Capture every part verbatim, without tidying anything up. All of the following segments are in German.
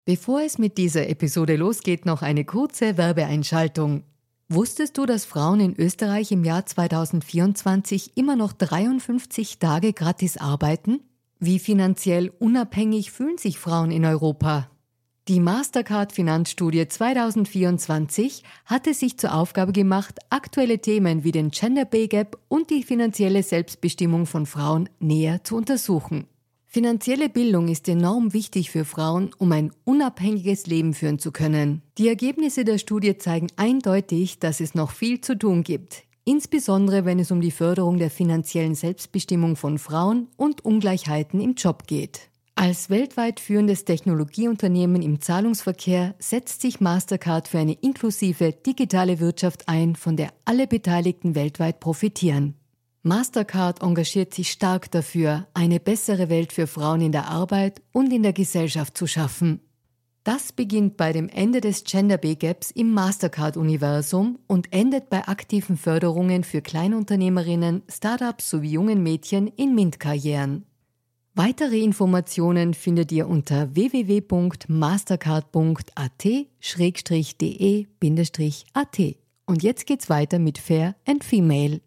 Bevor es mit dieser Episode losgeht, noch eine kurze Werbeeinschaltung. Wusstest du, dass Frauen in Österreich im Jahr zweitausendvierundzwanzig immer noch dreiundfünfzig Tage gratis arbeiten? Wie finanziell unabhängig fühlen sich Frauen in Europa? Die Mastercard-Finanzstudie zweitausendvierundzwanzig hatte sich zur Aufgabe gemacht, aktuelle Themen wie den Gender Pay Gap und die finanzielle Selbstbestimmung von Frauen näher zu untersuchen. Finanzielle Bildung ist enorm wichtig für Frauen, um ein unabhängiges Leben führen zu können. Die Ergebnisse der Studie zeigen eindeutig, dass es noch viel zu tun gibt, insbesondere wenn es um die Förderung der finanziellen Selbstbestimmung von Frauen und Ungleichheiten im Job geht. Als weltweit führendes Technologieunternehmen im Zahlungsverkehr setzt sich Mastercard für eine inklusive digitale Wirtschaft ein, von der alle Beteiligten weltweit profitieren. Mastercard engagiert sich stark dafür, eine bessere Welt für Frauen in der Arbeit und in der Gesellschaft zu schaffen. Das beginnt bei dem Ende des Gender Pay Gaps im Mastercard-Universum und endet bei aktiven Förderungen für Kleinunternehmerinnen, Startups sowie jungen Mädchen in MINT-Karrieren. Weitere Informationen findet ihr unter w w w punkt mastercard punkt a t slash d e slash a t. Und jetzt geht's weiter mit Fair and Female.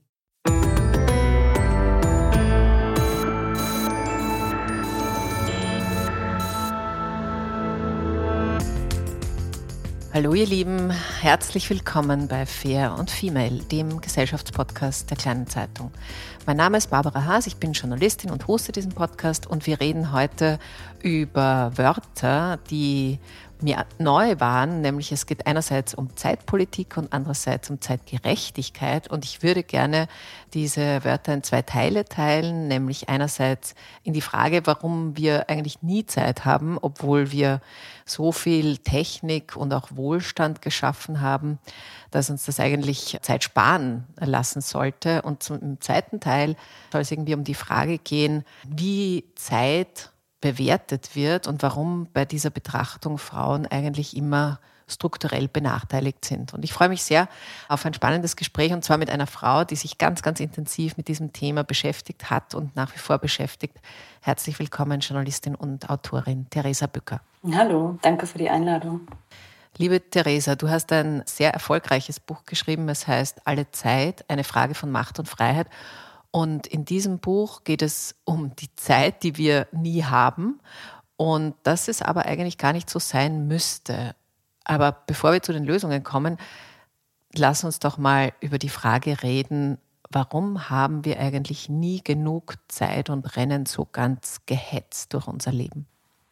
Hallo ihr Lieben, herzlich willkommen bei Fair und Female, dem Gesellschaftspodcast der Kleinen Zeitung. Mein Name ist Barbara Haas, ich bin Journalistin und hoste diesen Podcast und wir reden heute über Wörter, die mir neu waren, nämlich es geht einerseits um Zeitpolitik und andererseits um Zeitgerechtigkeit und ich würde gerne diese Wörter in zwei Teile teilen, nämlich einerseits in die Frage, warum wir eigentlich nie Zeit haben, obwohl wir so viel Technik und auch Wohlstand geschaffen haben, dass uns das eigentlich Zeit sparen lassen sollte. Und zum zweiten Teil soll es irgendwie um die Frage gehen, wie Zeit bewertet wird und warum bei dieser Betrachtung Frauen eigentlich immer strukturell benachteiligt sind. Und ich freue mich sehr auf ein spannendes Gespräch und zwar mit einer Frau, die sich ganz, ganz intensiv mit diesem Thema beschäftigt hat und nach wie vor beschäftigt. Herzlich willkommen, Journalistin und Autorin Theresa Bücker. Hallo, danke für die Einladung. Liebe Theresa, du hast ein sehr erfolgreiches Buch geschrieben, es heißt Alle Zeit, eine Frage von Macht und Freiheit. Und in diesem Buch geht es um die Zeit, die wir nie haben und dass es aber eigentlich gar nicht so sein müsste. Aber bevor wir zu den Lösungen kommen, lass uns doch mal über die Frage reden, warum haben wir eigentlich nie genug Zeit und rennen so ganz gehetzt durch unser Leben?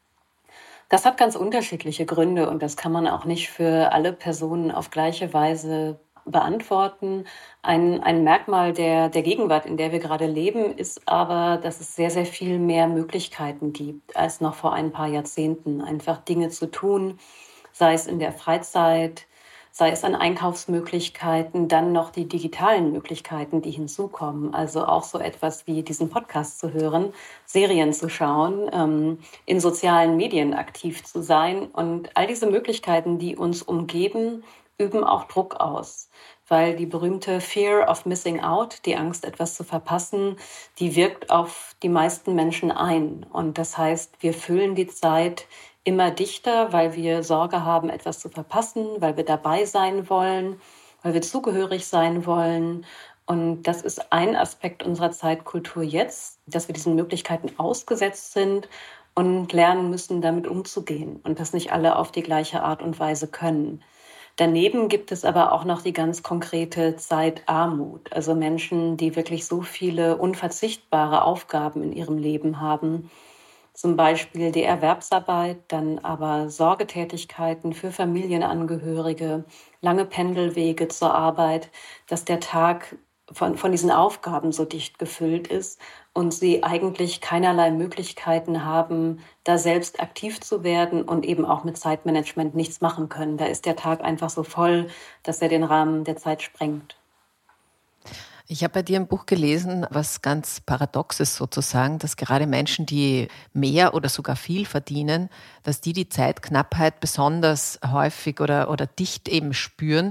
Das hat ganz unterschiedliche Gründe und das kann man auch nicht für alle Personen auf gleiche Weise beantworten. Ein, ein Merkmal der, der Gegenwart, in der wir gerade leben, ist aber, dass es sehr, sehr viel mehr Möglichkeiten gibt als noch vor ein paar Jahrzehnten. Einfach Dinge zu tun, sei es in der Freizeit, sei es an Einkaufsmöglichkeiten, dann noch die digitalen Möglichkeiten, die hinzukommen. Also auch so etwas wie diesen Podcast zu hören, Serien zu schauen, ähm, in sozialen Medien aktiv zu sein. Und all diese Möglichkeiten, die uns umgeben, üben auch Druck aus, weil die berühmte Fear of Missing Out, die Angst, etwas zu verpassen, die wirkt auf die meisten Menschen ein. Und das heißt, wir füllen die Zeit immer dichter, weil wir Sorge haben, etwas zu verpassen, weil wir dabei sein wollen, weil wir zugehörig sein wollen. Und das ist ein Aspekt unserer Zeitkultur jetzt, dass wir diesen Möglichkeiten ausgesetzt sind und lernen müssen, damit umzugehen und das nicht alle auf die gleiche Art und Weise können. Daneben gibt es aber auch noch die ganz konkrete Zeitarmut, also Menschen, die wirklich so viele unverzichtbare Aufgaben in ihrem Leben haben, zum Beispiel die Erwerbsarbeit, dann aber Sorgetätigkeiten für Familienangehörige, lange Pendelwege zur Arbeit, dass der Tag von, von diesen Aufgaben so dicht gefüllt ist und sie eigentlich keinerlei Möglichkeiten haben, da selbst aktiv zu werden und eben auch mit Zeitmanagement nichts machen können. Da ist der Tag einfach so voll, dass er den Rahmen der Zeit sprengt. Ich habe bei dir im Buch gelesen, was ganz paradox ist sozusagen, dass gerade Menschen, die mehr oder sogar viel verdienen, dass die die Zeitknappheit besonders häufig oder, oder dicht eben spüren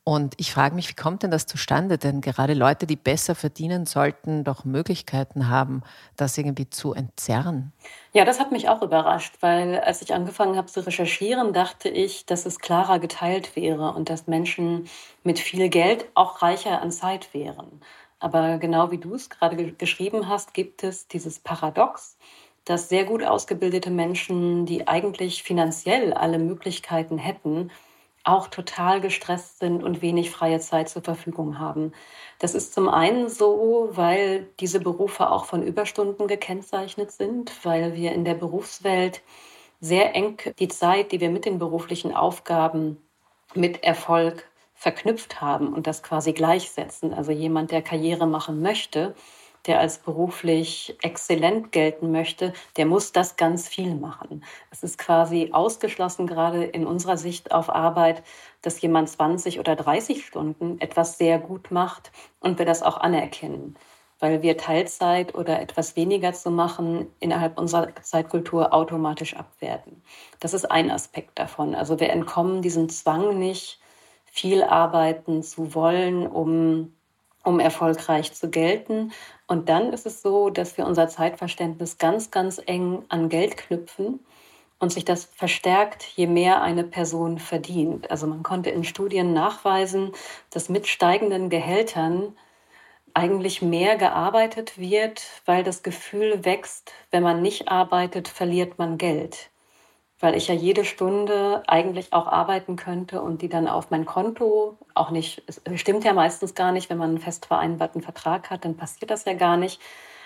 Und ich frage mich, wie kommt denn das zustande? Denn gerade Leute, die besser verdienen, sollten doch Möglichkeiten haben, das irgendwie zu entzerren. Ja, das hat mich auch überrascht, weil als ich angefangen habe zu recherchieren, dachte ich, dass es klarer geteilt wäre und dass Menschen mit viel Geld auch reicher an Zeit wären. Aber genau wie du es gerade ge- geschrieben hast, gibt es dieses Paradox, dass sehr gut ausgebildete Menschen, die eigentlich finanziell alle Möglichkeiten hätten, auch total gestresst sind und wenig freie Zeit zur Verfügung haben. Das ist zum einen so, weil diese Berufe auch von Überstunden gekennzeichnet sind, weil wir in der Berufswelt sehr eng die Zeit, die wir mit den beruflichen Aufgaben mit Erfolg verknüpft haben und das quasi gleichsetzen. Also jemand, der Karriere machen möchte, der als beruflich exzellent gelten möchte, der muss das ganz viel machen. Es ist quasi ausgeschlossen, gerade in unserer Sicht auf Arbeit, dass jemand zwanzig oder dreißig Stunden etwas sehr gut macht und wir das auch anerkennen, weil wir Teilzeit oder etwas weniger zu machen innerhalb unserer Zeitkultur automatisch abwerten. Das ist ein Aspekt davon. Also wir entkommen diesem Zwang nicht, viel arbeiten zu wollen, um um erfolgreich zu gelten. Und dann ist es so, dass wir unser Zeitverständnis ganz, ganz eng an Geld knüpfen und sich das verstärkt, je mehr eine Person verdient. Also man konnte in Studien nachweisen, dass mit steigenden Gehältern eigentlich mehr gearbeitet wird, weil das Gefühl wächst, wenn man nicht arbeitet, verliert man Geld. Weil ich ja jede Stunde eigentlich auch arbeiten könnte und die dann auf mein Konto auch nicht, es stimmt ja meistens gar nicht, wenn man einen fest vereinbarten Vertrag hat, dann passiert das ja gar nicht.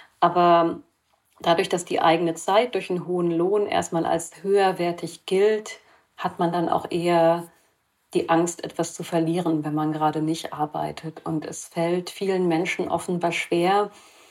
Aber dadurch, dass die eigene Zeit durch einen hohen Lohn erstmal als höherwertig gilt, hat man dann auch eher die Angst, etwas zu verlieren, wenn man gerade nicht arbeitet. Und es fällt vielen Menschen offenbar schwer,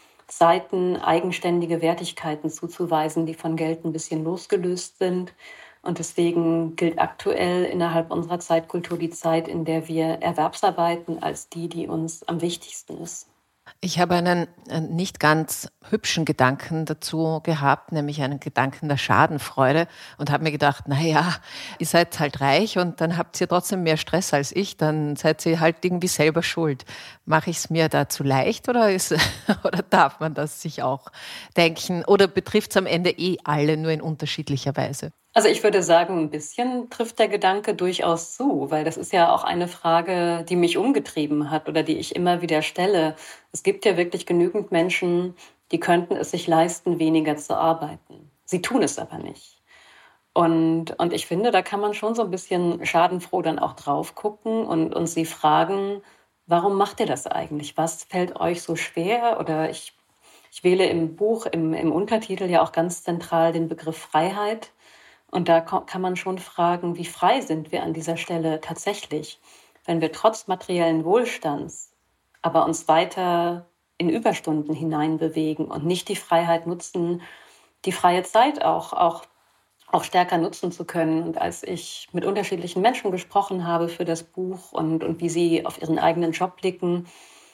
Seiten eigenständige Wertigkeiten zuzuweisen, die von Geld ein bisschen losgelöst sind. Und deswegen gilt aktuell innerhalb unserer Zeitkultur die Zeit, in der wir Erwerbsarbeiten, als die, die uns am wichtigsten ist. Ich habe einen äh, nicht ganz hübschen Gedanken dazu gehabt, nämlich einen Gedanken der Schadenfreude und habe mir gedacht, na ja, ihr seid halt reich und dann habt ihr trotzdem mehr Stress als ich, dann seid ihr halt irgendwie selber schuld. Mache ich es mir da zu leicht oder, ist, oder darf man das sich auch denken oder betrifft es am Ende eh alle, nur in unterschiedlicher Weise? Also ich würde sagen, ein bisschen trifft der Gedanke durchaus zu, weil das ist ja auch eine Frage, die mich umgetrieben hat oder die ich immer wieder stelle. Es gibt ja wirklich genügend Menschen, die könnten es sich leisten, weniger zu arbeiten. Sie tun es aber nicht. Und, und ich finde, da kann man schon so ein bisschen schadenfroh dann auch drauf gucken und, und sie fragen, warum macht ihr das eigentlich? Was fällt euch so schwer? Oder ich, ich wähle im Buch, im, im Untertitel ja auch ganz zentral den Begriff Freiheit. Und da kann man schon fragen, wie frei sind wir an dieser Stelle tatsächlich, wenn wir trotz materiellen Wohlstands aber uns weiter in Überstunden hineinbewegen und nicht die Freiheit nutzen, die freie Zeit auch, auch, auch stärker nutzen zu können. Und als ich mit unterschiedlichen Menschen gesprochen habe für das Buch und, und wie sie auf ihren eigenen Job blicken,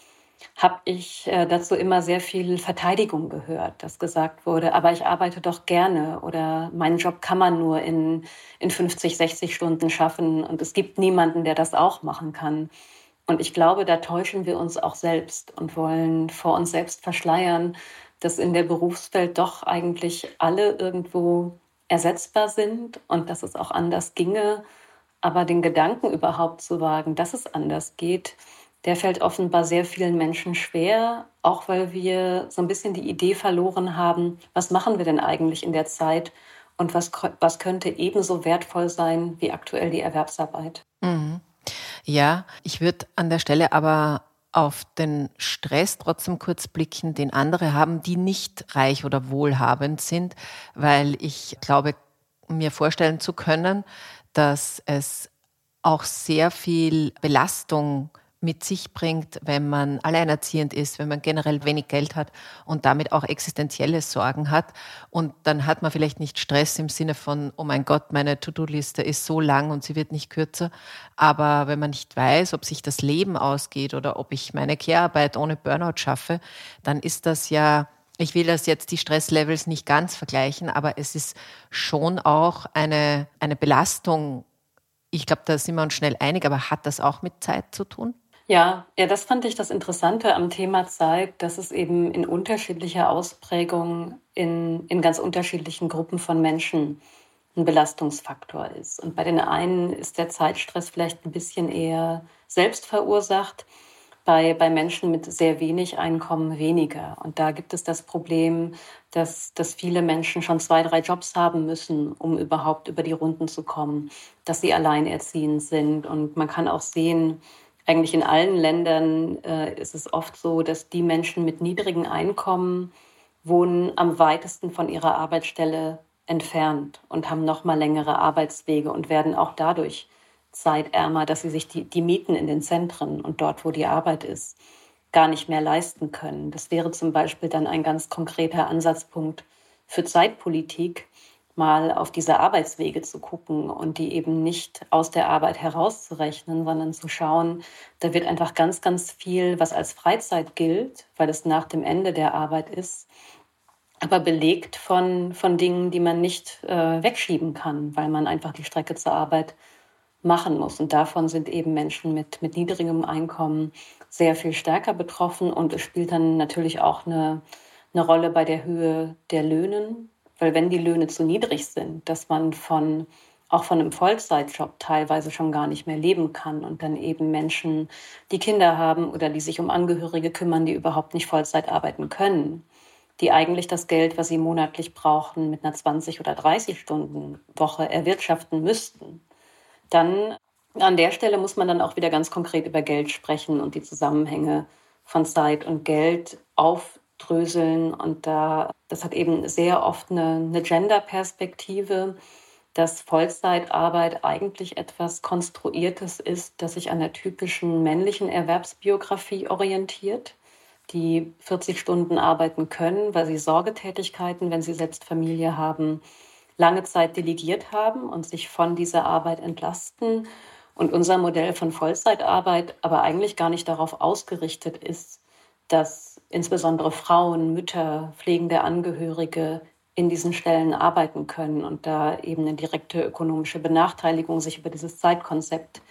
habe ich äh, dazu immer sehr viel Verteidigung gehört, dass gesagt wurde, aber ich arbeite doch gerne oder meinen Job kann man nur in, in fünfzig, sechzig Stunden schaffen und es gibt niemanden, der das auch machen kann. Und ich glaube, da täuschen wir uns auch selbst und wollen vor uns selbst verschleiern, dass in der Berufswelt doch eigentlich alle irgendwo ersetzbar sind und dass es auch anders ginge. Aber den Gedanken überhaupt zu wagen, dass es anders geht, der fällt offenbar sehr vielen Menschen schwer, auch weil wir so ein bisschen die Idee verloren haben, was machen wir denn eigentlich in der Zeit und was, was könnte ebenso wertvoll sein wie aktuell die Erwerbsarbeit. Mhm. Ja, ich würde an der Stelle aber auf den Stress trotzdem kurz blicken, den andere haben, die nicht reich oder wohlhabend sind, weil ich glaube, mir vorstellen zu können, dass es auch sehr viel Belastung mit sich bringt, wenn man alleinerziehend ist, wenn man generell wenig Geld hat und damit auch existenzielle Sorgen hat. Und dann hat man vielleicht nicht Stress im Sinne von, oh mein Gott, meine To-Do-Liste ist so lang und sie wird nicht kürzer. Aber wenn man nicht weiß, ob sich das Leben ausgeht oder ob ich meine Care-Arbeit ohne Burnout schaffe, dann ist das ja, ich will das jetzt die Stresslevels nicht ganz vergleichen, aber es ist schon auch eine, eine Belastung, Ich glaube, da sind wir uns schnell einig, aber hat das auch mit Zeit zu tun? Ja, ja, das fand ich das Interessante am Thema Zeit, dass es eben in unterschiedlicher Ausprägung in, in ganz unterschiedlichen Gruppen von Menschen ein Belastungsfaktor ist. Und bei den einen ist der Zeitstress vielleicht ein bisschen eher selbst verursacht, bei, bei Menschen mit sehr wenig Einkommen weniger. Und da gibt es das Problem, dass, dass viele Menschen schon zwei, drei Jobs haben müssen, um überhaupt über die Runden zu kommen, dass sie alleinerziehend sind. Und man kann auch sehen, eigentlich in allen Ländern äh, ist es oft so, dass die Menschen mit niedrigen Einkommen wohnen am weitesten von ihrer Arbeitsstelle entfernt und haben noch mal längere Arbeitswege und werden auch dadurch zeitärmer, dass sie sich die, die Mieten in den Zentren und dort, wo die Arbeit ist, gar nicht mehr leisten können. Das wäre zum Beispiel dann ein ganz konkreter Ansatzpunkt für Zeitpolitik, mal auf diese Arbeitswege zu gucken und die eben nicht aus der Arbeit herauszurechnen, sondern zu schauen, da wird einfach ganz, ganz viel, was als Freizeit gilt, weil es nach dem Ende der Arbeit ist, aber belegt von, von Dingen, die man nicht äh, wegschieben kann, weil man einfach die Strecke zur Arbeit machen muss. Und davon sind eben Menschen mit, mit niedrigem Einkommen sehr viel stärker betroffen. Und es spielt dann natürlich auch eine, eine Rolle bei der Höhe der Löhnen. Weil wenn die Löhne zu niedrig sind, dass man von, auch von einem Vollzeitjob teilweise schon gar nicht mehr leben kann und dann eben Menschen, die Kinder haben oder die sich um Angehörige kümmern, die überhaupt nicht Vollzeit arbeiten können, die eigentlich das Geld, was sie monatlich brauchen, mit einer zwanzig- oder dreißig-Stunden-Woche erwirtschaften müssten, dann an der Stelle muss man dann auch wieder ganz konkret über Geld sprechen und die Zusammenhänge von Zeit und Geld aufdröseln. Und da, das hat eben sehr oft eine, eine Gender-Perspektive, dass Vollzeitarbeit eigentlich etwas Konstruiertes ist, das sich an der typischen männlichen Erwerbsbiografie orientiert, die vierzig Stunden arbeiten können, weil sie Sorgetätigkeiten, wenn sie selbst Familie haben, lange Zeit delegiert haben und sich von dieser Arbeit entlasten. Und unser Modell von Vollzeitarbeit aber eigentlich gar nicht darauf ausgerichtet ist, dass insbesondere Frauen, Mütter, pflegende Angehörige in diesen Stellen arbeiten können und da eben eine direkte ökonomische Benachteiligung sich über dieses Zeitkonzept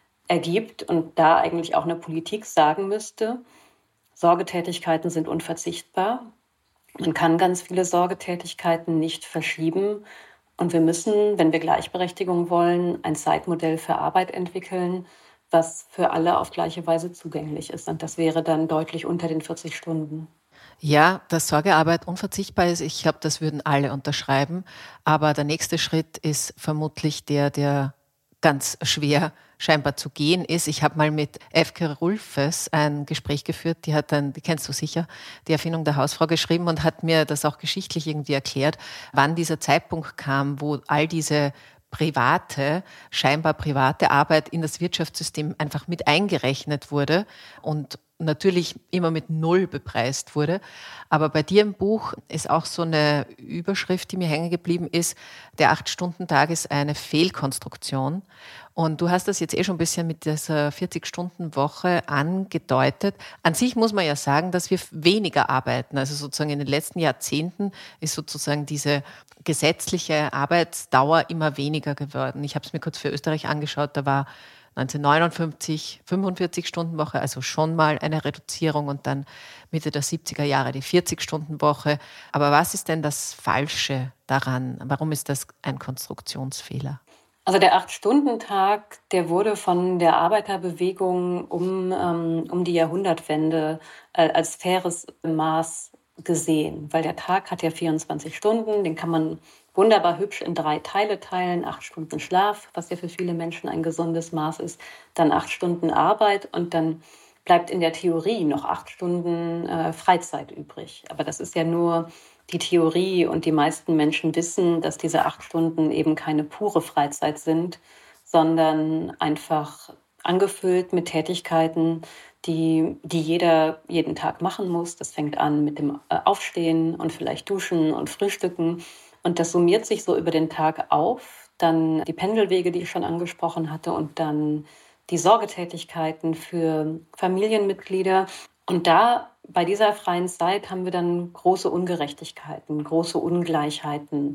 ergibt und da eigentlich auch eine Politik sagen müsste, Sorgetätigkeiten sind unverzichtbar. Man kann ganz viele Sorgetätigkeiten nicht verschieben. Und wir müssen, wenn wir Gleichberechtigung wollen, ein Zeitmodell für Arbeit entwickeln, was für alle auf gleiche Weise zugänglich ist. Und das wäre dann deutlich unter den vierzig Stunden. Ja, dass Sorgearbeit unverzichtbar ist, ich glaube, das würden alle unterschreiben. Aber der nächste Schritt ist vermutlich der, der ganz schwer scheinbar zu gehen ist. Ich habe mal mit Efke Rulfes ein Gespräch geführt, die hat dann, die kennst du sicher, die Erfindung der Hausfrau geschrieben und hat mir das auch geschichtlich irgendwie erklärt, wann dieser Zeitpunkt kam, wo all diese private, scheinbar private Arbeit in das Wirtschaftssystem einfach mit eingerechnet wurde und natürlich immer mit Null bepreist wurde. Aber bei dir im Buch ist auch so eine Überschrift, die mir hängen geblieben ist, der Acht-Stunden-Tag ist eine Fehlkonstruktion. Und du hast das jetzt eh schon ein bisschen mit dieser vierzig-Stunden-Woche angedeutet. An sich muss man ja sagen, dass wir weniger arbeiten. Also sozusagen in den letzten Jahrzehnten ist sozusagen diese gesetzliche Arbeitsdauer immer weniger geworden. Ich habe es mir kurz für Österreich angeschaut, da war neunzehnhundertneunundfünfzig fünfundvierzig-Stunden-Woche, also schon mal eine Reduzierung und dann Mitte der siebziger Jahre die vierzig-Stunden-Woche. Aber was ist denn das Falsche daran? Warum ist das ein Konstruktionsfehler? Also der Acht-Stunden-Tag, der wurde von der Arbeiterbewegung um, ähm, um die Jahrhundertwende äh, als faires Maß gesehen, weil der Tag hat ja vierundzwanzig Stunden, den kann man wunderbar hübsch in drei Teile teilen, acht Stunden Schlaf, was ja für viele Menschen ein gesundes Maß ist, dann acht Stunden Arbeit und dann bleibt in der Theorie noch acht Stunden äh, Freizeit übrig. Aber das ist ja nur die Theorie und die meisten Menschen wissen, dass diese acht Stunden eben keine pure Freizeit sind, sondern einfach angefüllt mit Tätigkeiten, die, die jeder jeden Tag machen muss. Das fängt an mit dem Aufstehen und vielleicht Duschen und Frühstücken. Und das summiert sich so über den Tag auf. Dann die Pendelwege, die ich schon angesprochen hatte, und dann die Sorgetätigkeiten für Familienmitglieder. Und da bei dieser freien Zeit haben wir dann große Ungerechtigkeiten, große Ungleichheiten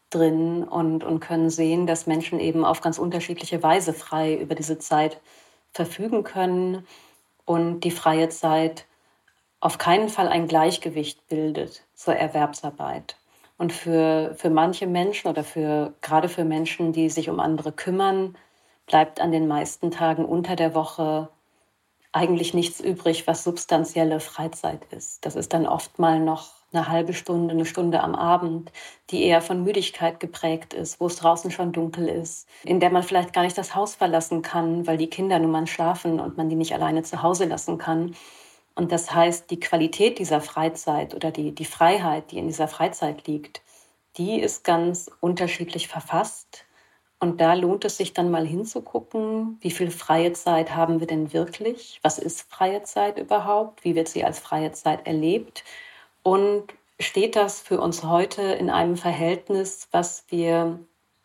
drin und, und können sehen, dass Menschen eben auf ganz unterschiedliche Weise frei über diese Zeit verfügen können und die freie Zeit auf keinen Fall ein Gleichgewicht bildet zur Erwerbsarbeit. Und für, für manche Menschen oder für, gerade für Menschen, die sich um andere kümmern, bleibt an den meisten Tagen unter der Woche eigentlich nichts übrig, was substanzielle Freizeit ist. Das ist dann oft mal noch eine halbe Stunde, eine Stunde am Abend, die eher von Müdigkeit geprägt ist, wo es draußen schon dunkel ist, in der man vielleicht gar nicht das Haus verlassen kann, weil die Kinder nun mal schlafen und man die nicht alleine zu Hause lassen kann. Und das heißt, die Qualität dieser Freizeit oder die, die Freiheit, die in dieser Freizeit liegt, die ist ganz unterschiedlich verfasst. Und da lohnt es sich dann mal hinzugucken, wie viel freie Zeit haben wir denn wirklich? Was ist freie Zeit überhaupt? Wie wird sie als freie Zeit erlebt? Und steht das für uns heute in einem Verhältnis, was wir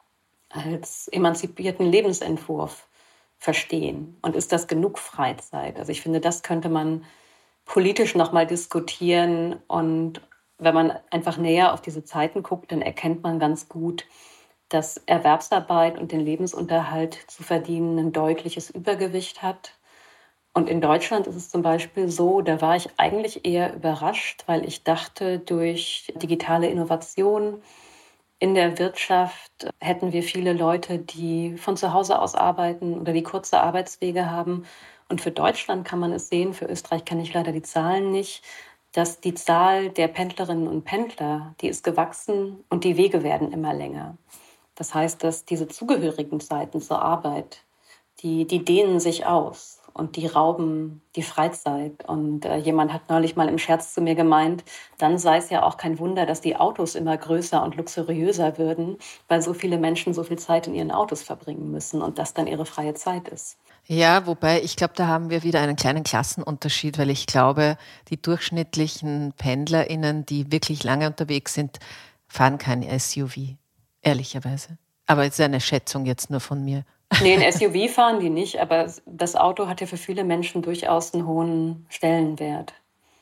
als emanzipierten Lebensentwurf verstehen? Und ist das genug Freizeit? Also ich finde, das könnte man politisch nochmal diskutieren. Und wenn man einfach näher auf diese Zeiten guckt, dann erkennt man ganz gut, dass Erwerbsarbeit und den Lebensunterhalt zu verdienen ein deutliches Übergewicht hat. Und in Deutschland ist es zum Beispiel so, da war ich eigentlich eher überrascht, weil ich dachte, durch digitale Innovation in der Wirtschaft hätten wir viele Leute, die von zu Hause aus arbeiten oder die kurze Arbeitswege haben. Und für Deutschland kann man es sehen, für Österreich kenne ich leider die Zahlen nicht, dass die Zahl der Pendlerinnen und Pendler, die ist gewachsen und die Wege werden immer länger. Das heißt, dass diese zugehörigen Zeiten zur Arbeit, die, die dehnen sich aus und die rauben die Freizeit. Und äh, jemand hat neulich mal im Scherz zu mir gemeint, dann sei es ja auch kein Wunder, dass die Autos immer größer und luxuriöser würden, weil so viele Menschen so viel Zeit in ihren Autos verbringen müssen und das dann ihre freie Zeit ist. Ja, wobei ich glaube, da haben wir wieder einen kleinen Klassenunterschied, weil ich glaube, die durchschnittlichen PendlerInnen, die wirklich lange unterwegs sind, fahren kein S U V. Ehrlicherweise. Aber es ist eine Schätzung jetzt nur von mir. Nee, ein S U V fahren die nicht, aber das Auto hat ja für viele Menschen durchaus einen hohen Stellenwert.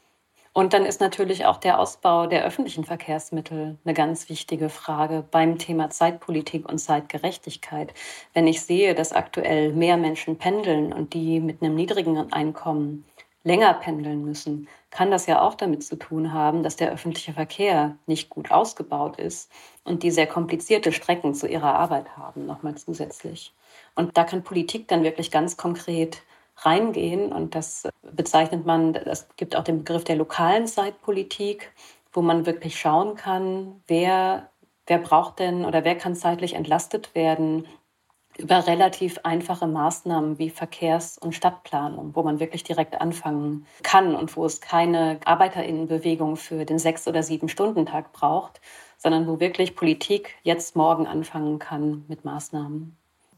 Und dann ist natürlich auch der Ausbau der öffentlichen Verkehrsmittel eine ganz wichtige Frage beim Thema Zeitpolitik und Zeitgerechtigkeit. Wenn ich sehe, dass aktuell mehr Menschen pendeln und die mit einem niedrigen Einkommen länger pendeln müssen, kann das ja auch damit zu tun haben, dass der öffentliche Verkehr nicht gut ausgebaut ist und die sehr komplizierte Strecken zu ihrer Arbeit haben, nochmal zusätzlich. Und da kann Politik dann wirklich ganz konkret reingehen und das bezeichnet man, es gibt auch den Begriff der lokalen Zeitpolitik, wo man wirklich schauen kann, wer, wer braucht denn oder wer kann zeitlich entlastet werden, über relativ einfache Maßnahmen wie Verkehrs- und Stadtplanung, wo man wirklich direkt anfangen kann und wo es keine ArbeiterInnenbewegung für den Sechs- oder Sieben-Stunden-Tag braucht, sondern wo wirklich Politik jetzt morgen anfangen kann mit Maßnahmen.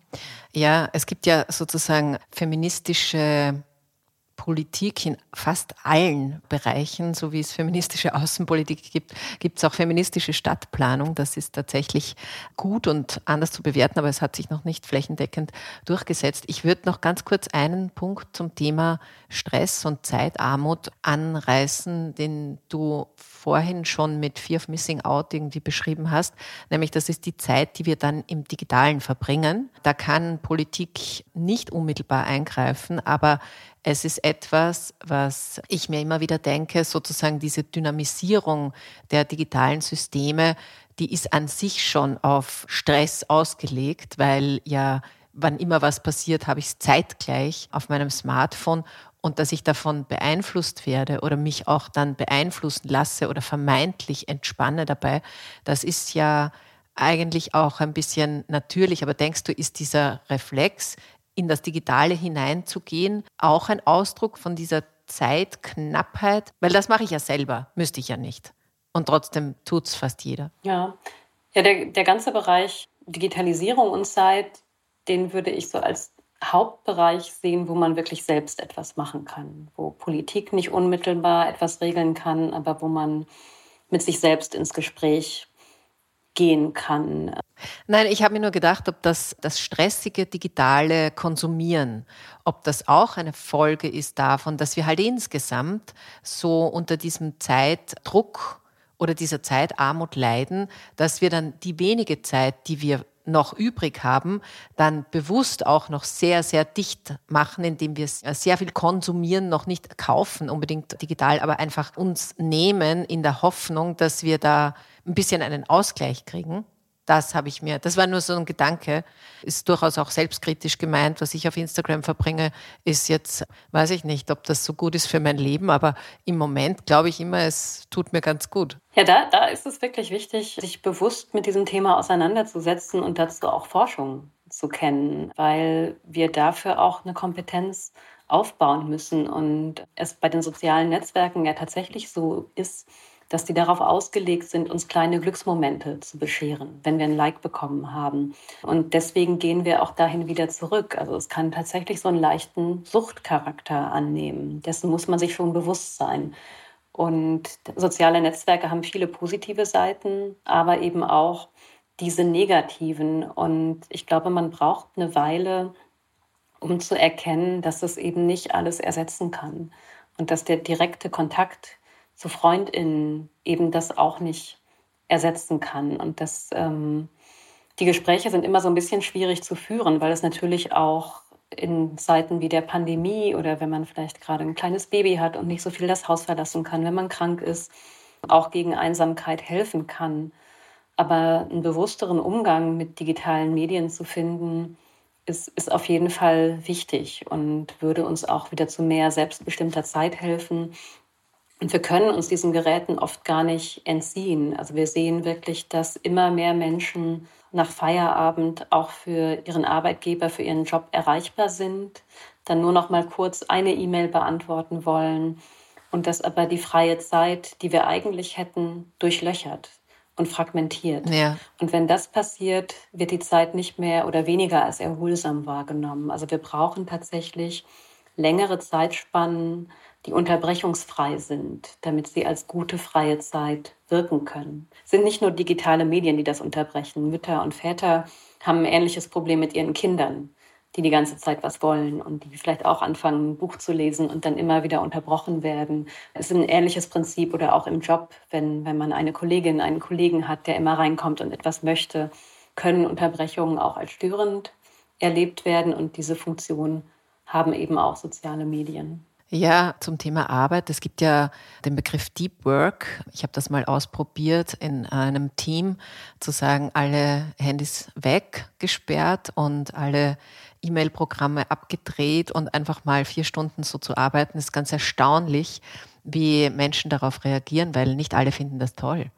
Ja, es gibt ja sozusagen feministische Politik in fast allen Bereichen, so wie es feministische Außenpolitik gibt, gibt es auch feministische Stadtplanung. Das ist tatsächlich gut und anders zu bewerten, aber es hat sich noch nicht flächendeckend durchgesetzt. Ich würde noch ganz kurz einen Punkt zum Thema Stress und Zeitarmut anreißen, den du vorhin schon mit Fear of Missing Out irgendwie beschrieben hast, nämlich das ist die Zeit, die wir dann im Digitalen verbringen. Da kann Politik nicht unmittelbar eingreifen, aber es ist etwas, was ich mir immer wieder denke, sozusagen diese Dynamisierung der digitalen Systeme, die ist an sich schon auf Stress ausgelegt, weil ja, wann immer was passiert, habe ich es zeitgleich auf meinem Smartphone und dass ich davon beeinflusst werde oder mich auch dann beeinflussen lasse oder vermeintlich entspanne dabei, das ist ja eigentlich auch ein bisschen natürlich. Aber denkst du, ist dieser Reflex, in das Digitale hineinzugehen, auch ein Ausdruck von dieser Zeitknappheit? Weil das mache ich ja selber, müsste ich ja nicht. Und trotzdem tut es fast jeder. Ja, ja der, der ganze Bereich Digitalisierung und Zeit, den würde ich so als Hauptbereich sehen, wo man wirklich selbst etwas machen kann, wo Politik nicht unmittelbar etwas regeln kann, aber wo man mit sich selbst ins Gespräch gehen kann. Nein, ich habe mir nur gedacht, ob das, das stressige digitale Konsumieren, ob das auch eine Folge ist davon, dass wir halt insgesamt so unter diesem Zeitdruck oder dieser Zeitarmut leiden, dass wir dann die wenige Zeit, die wir noch übrig haben, dann bewusst auch noch sehr, sehr dicht machen, indem wir sehr viel konsumieren, noch nicht kaufen, unbedingt digital, aber einfach uns nehmen in der Hoffnung, dass wir da ein bisschen einen Ausgleich kriegen. Das habe ich mir, das war nur so ein Gedanke, ist durchaus auch selbstkritisch gemeint, was ich auf Instagram verbringe, ist jetzt, weiß ich nicht, ob das so gut ist für mein Leben, aber im Moment glaube ich immer, es tut mir ganz gut. Ja, da, da ist es wirklich wichtig, sich bewusst mit diesem Thema auseinanderzusetzen und dazu auch Forschung zu kennen, weil wir dafür auch eine Kompetenz aufbauen müssen und es bei den sozialen Netzwerken ja tatsächlich so ist, dass die darauf ausgelegt sind, uns kleine Glücksmomente zu bescheren, wenn wir ein Like bekommen haben. Und deswegen gehen wir auch dahin wieder zurück. Also es kann tatsächlich so einen leichten Suchtcharakter annehmen. Dessen muss man sich schon bewusst sein. Und soziale Netzwerke haben viele positive Seiten, aber eben auch diese negativen. Und ich glaube, man braucht eine Weile, um zu erkennen, dass es eben nicht alles ersetzen kann. Und dass der direkte Kontakt zu FreundInnen eben das auch nicht ersetzen kann. Und dass ähm, die Gespräche sind immer so ein bisschen schwierig zu führen, weil es natürlich auch in Zeiten wie der Pandemie oder wenn man vielleicht gerade ein kleines Baby hat und nicht so viel das Haus verlassen kann, wenn man krank ist, auch gegen Einsamkeit helfen kann. Aber einen bewussteren Umgang mit digitalen Medien zu finden, ist, ist auf jeden Fall wichtig und würde uns auch wieder zu mehr selbstbestimmter Zeit helfen. Und wir können uns diesen Geräten oft gar nicht entziehen. Also wir sehen wirklich, dass immer mehr Menschen nach Feierabend auch für ihren Arbeitgeber, für ihren Job erreichbar sind, dann nur noch mal kurz eine E-Mail beantworten wollen und dass aber die freie Zeit, die wir eigentlich hätten, durchlöchert und fragmentiert. Ja. Und wenn das passiert, wird die Zeit nicht mehr oder weniger als erholsam wahrgenommen. Also wir brauchen tatsächlich längere Zeitspannen, die unterbrechungsfrei sind, damit sie als gute freie Zeit wirken können. Es sind nicht nur digitale Medien, die das unterbrechen. Mütter und Väter haben ein ähnliches Problem mit ihren Kindern, die die ganze Zeit was wollen und die vielleicht auch anfangen, ein Buch zu lesen und dann immer wieder unterbrochen werden. Es ist ein ähnliches Prinzip oder auch im Job, wenn, wenn man eine Kollegin, einen Kollegen hat, der immer reinkommt und etwas möchte, können Unterbrechungen auch als störend erlebt werden und diese Funktion haben eben auch soziale Medien. Ja, zum Thema Arbeit. Es gibt ja den Begriff Deep Work. Ich habe das mal ausprobiert in einem Team, zu sagen, alle Handys weggesperrt und alle E-Mail-Programme abgedreht und einfach mal vier Stunden so zu arbeiten. Das ist ganz erstaunlich, wie Menschen darauf reagieren, weil nicht alle finden das toll.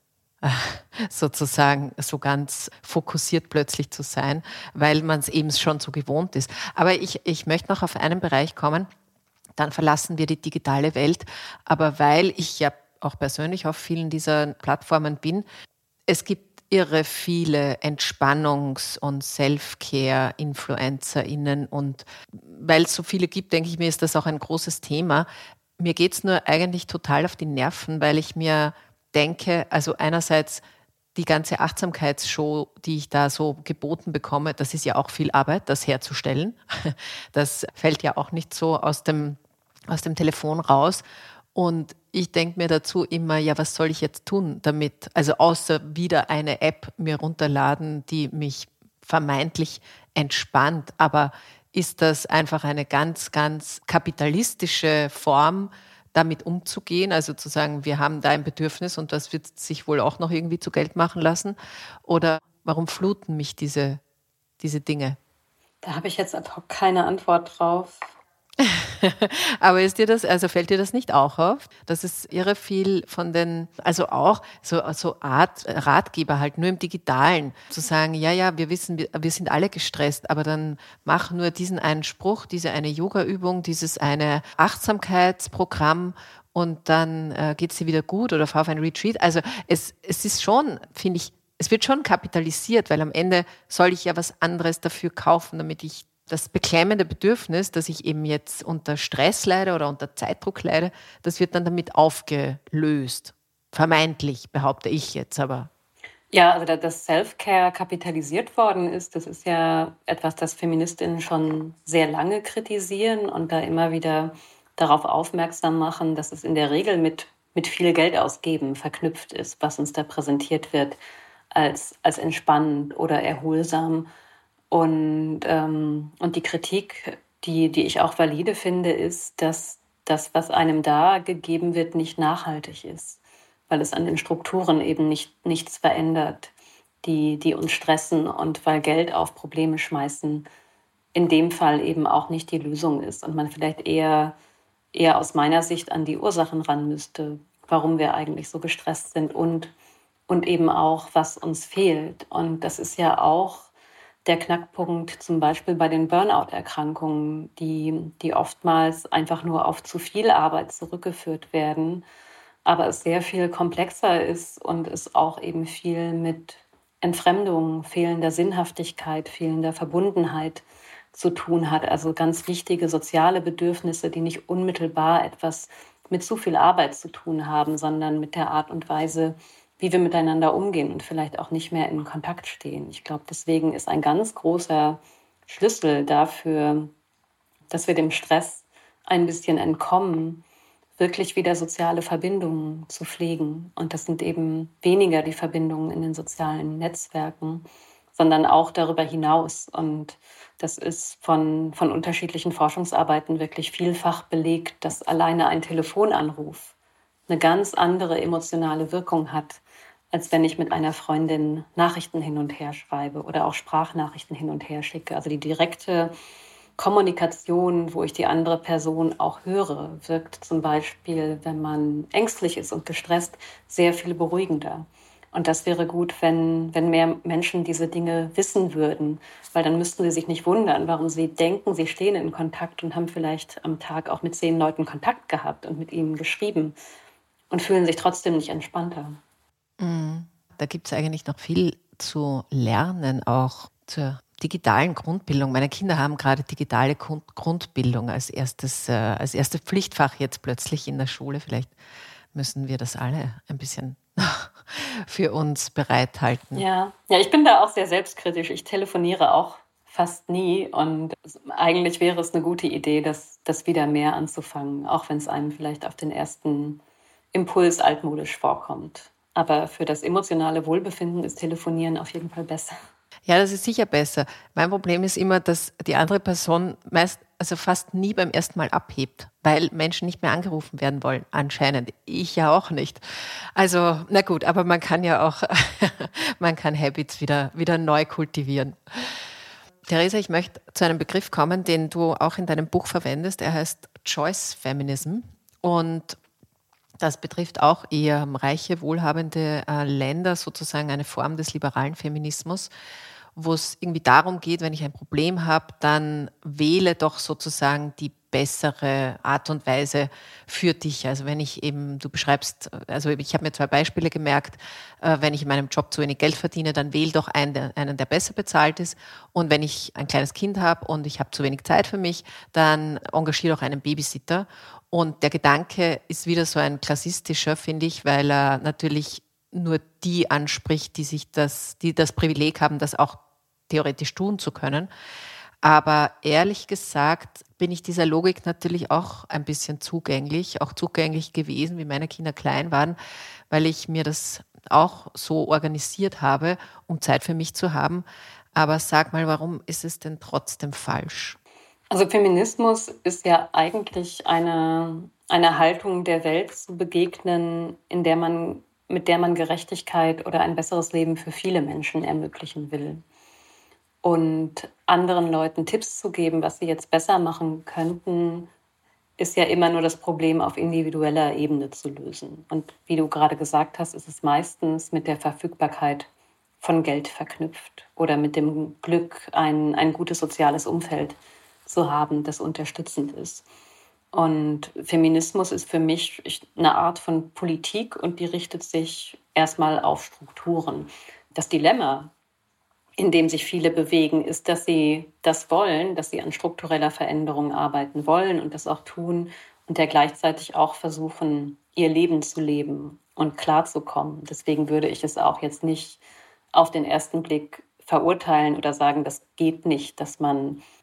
Sozusagen so ganz fokussiert plötzlich zu sein, weil man es eben schon so gewohnt ist. Aber ich, ich möchte noch auf einen Bereich kommen, dann verlassen wir die digitale Welt. Aber weil ich ja auch persönlich auf vielen dieser Plattformen bin, es gibt irre viele Entspannungs- und Self-Care-InfluencerInnen und weil es so viele gibt, denke ich mir, ist das auch ein großes Thema. Mir geht es nur eigentlich total auf die Nerven, weil ich mir denke, also einerseits die ganze Achtsamkeitsshow, die ich da so geboten bekomme, das ist ja auch viel Arbeit, das herzustellen. Das fällt ja auch nicht so aus dem, aus dem Telefon raus. Und ich denke mir dazu immer, ja, was soll ich jetzt tun damit? Also außer wieder eine App mir runterladen, die mich vermeintlich entspannt. Aber ist das einfach eine ganz, ganz kapitalistische Form, damit umzugehen, also zu sagen, wir haben da ein Bedürfnis und das wird sich wohl auch noch irgendwie zu Geld machen lassen? Oder warum fluten mich diese, diese Dinge? Da habe ich jetzt ad hoc keine Antwort drauf. Aber ist dir das, also fällt dir das nicht auch auf, dass es irre viel von den, also auch so, so Art Ratgeber halt nur im Digitalen, zu sagen, ja, ja, wir wissen, wir, wir sind alle gestresst, aber dann mach nur diesen einen Spruch, diese eine Yoga-Übung, dieses eine Achtsamkeitsprogramm und dann äh, geht es dir wieder gut oder fahr auf ein Retreat. Also es, es ist schon, finde ich, es wird schon kapitalisiert, weil am Ende soll ich ja was anderes dafür kaufen, damit ich das beklemmende Bedürfnis, dass ich eben jetzt unter Stress leide oder unter Zeitdruck leide, das wird dann damit aufgelöst. Vermeintlich, behaupte ich jetzt aber. Ja, also dass Self-Care kapitalisiert worden ist, das ist ja etwas, das Feministinnen schon sehr lange kritisieren und da immer wieder darauf aufmerksam machen, dass es in der Regel mit mit viel Geld ausgeben verknüpft ist, was uns da präsentiert wird als, als entspannend oder erholsam. Und, ähm, und die Kritik, die, die ich auch valide finde, ist, dass das, was einem da gegeben wird, nicht nachhaltig ist, weil es an den Strukturen eben nicht, nichts verändert, die, die uns stressen und weil Geld auf Probleme schmeißen in dem Fall eben auch nicht die Lösung ist und man vielleicht eher, eher aus meiner Sicht an die Ursachen ran müsste, warum wir eigentlich so gestresst sind und, und eben auch, was uns fehlt. Und das ist ja auch der Knackpunkt zum Beispiel bei den Burnout-Erkrankungen, die, die oftmals einfach nur auf zu viel Arbeit zurückgeführt werden, aber es sehr viel komplexer ist und es auch eben viel mit Entfremdung, fehlender Sinnhaftigkeit, fehlender Verbundenheit zu tun hat. Also ganz wichtige soziale Bedürfnisse, die nicht unmittelbar etwas mit zu viel Arbeit zu tun haben, sondern mit der Art und Weise, wie wir miteinander umgehen und vielleicht auch nicht mehr in Kontakt stehen. Ich glaube, deswegen ist ein ganz großer Schlüssel dafür, dass wir dem Stress ein bisschen entkommen, wirklich wieder soziale Verbindungen zu pflegen. Und das sind eben weniger die Verbindungen in den sozialen Netzwerken, sondern auch darüber hinaus. Und das ist von, von unterschiedlichen Forschungsarbeiten wirklich vielfach belegt, dass alleine ein Telefonanruf eine ganz andere emotionale Wirkung hat, als wenn ich mit einer Freundin Nachrichten hin und her schreibe oder auch Sprachnachrichten hin und her schicke. Also die direkte Kommunikation, wo ich die andere Person auch höre, wirkt zum Beispiel, wenn man ängstlich ist und gestresst, sehr viel beruhigender. Und das wäre gut, wenn, wenn mehr Menschen diese Dinge wissen würden, weil dann müssten sie sich nicht wundern, warum sie denken, sie stehen in Kontakt und haben vielleicht am Tag auch mit zehn Leuten Kontakt gehabt und mit ihnen geschrieben und fühlen sich trotzdem nicht entspannter. Da gibt es eigentlich noch viel zu lernen, auch zur digitalen Grundbildung. Meine Kinder haben gerade digitale Grundbildung als erstes, äh, als erstes Pflichtfach jetzt plötzlich in der Schule. Vielleicht müssen wir das alle ein bisschen für uns bereithalten. Ja. ja, ich bin da auch sehr selbstkritisch. Ich telefoniere auch fast nie und eigentlich wäre es eine gute Idee, das, das wieder mehr anzufangen, auch wenn es einem vielleicht auf den ersten Impuls altmodisch vorkommt. Aber für das emotionale Wohlbefinden ist Telefonieren auf jeden Fall besser. Ja, das ist sicher besser. Mein Problem ist immer, dass die andere Person meist, also fast nie beim ersten Mal abhebt, weil Menschen nicht mehr angerufen werden wollen, anscheinend. Ich ja auch nicht. Also, na gut, aber man kann ja auch, man kann Habits wieder, wieder neu kultivieren. Theresa, ich möchte zu einem Begriff kommen, den du auch in deinem Buch verwendest. Er heißt Choice Feminism und das betrifft auch eher reiche, wohlhabende äh, Länder, sozusagen eine Form des liberalen Feminismus, wo es irgendwie darum geht, wenn ich ein Problem habe, dann wähle doch sozusagen die bessere Art und Weise für dich. Also wenn ich eben, du beschreibst, also ich habe mir zwei Beispiele gemerkt, äh, wenn ich in meinem Job zu wenig Geld verdiene, dann wähle doch einen, der, einen, der besser bezahlt ist. Und wenn ich ein kleines Kind habe und ich habe zu wenig Zeit für mich, dann engagiere doch einen Babysitter. Und der Gedanke ist wieder so ein klassistischer, finde ich, weil er natürlich nur die anspricht, die sich das, die das Privileg haben, das auch theoretisch tun zu können. Aber ehrlich gesagt bin ich dieser Logik natürlich auch ein bisschen zugänglich, auch zugänglich gewesen, wie meine Kinder klein waren, weil ich mir das auch so organisiert habe, um Zeit für mich zu haben. Aber sag mal, warum ist es denn trotzdem falsch? Also Feminismus ist ja eigentlich eine, eine Haltung der Welt zu begegnen, in der man, mit der man Gerechtigkeit oder ein besseres Leben für viele Menschen ermöglichen will. Und anderen Leuten Tipps zu geben, was sie jetzt besser machen könnten, ist ja immer nur das Problem auf individueller Ebene zu lösen. Und wie du gerade gesagt hast, ist es meistens mit der Verfügbarkeit von Geld verknüpft oder mit dem Glück, ein, ein gutes soziales Umfeld zu haben, das unterstützend ist. Und Feminismus ist für mich eine Art von Politik und die richtet sich erstmal auf Strukturen. Das Dilemma, in dem sich viele bewegen, ist, dass sie das wollen, dass sie an struktureller Veränderung arbeiten wollen und das auch tun und ja gleichzeitig auch versuchen, ihr Leben zu leben und klarzukommen. Deswegen würde ich es auch jetzt nicht auf den ersten Blick verurteilen oder sagen, das geht nicht, dass man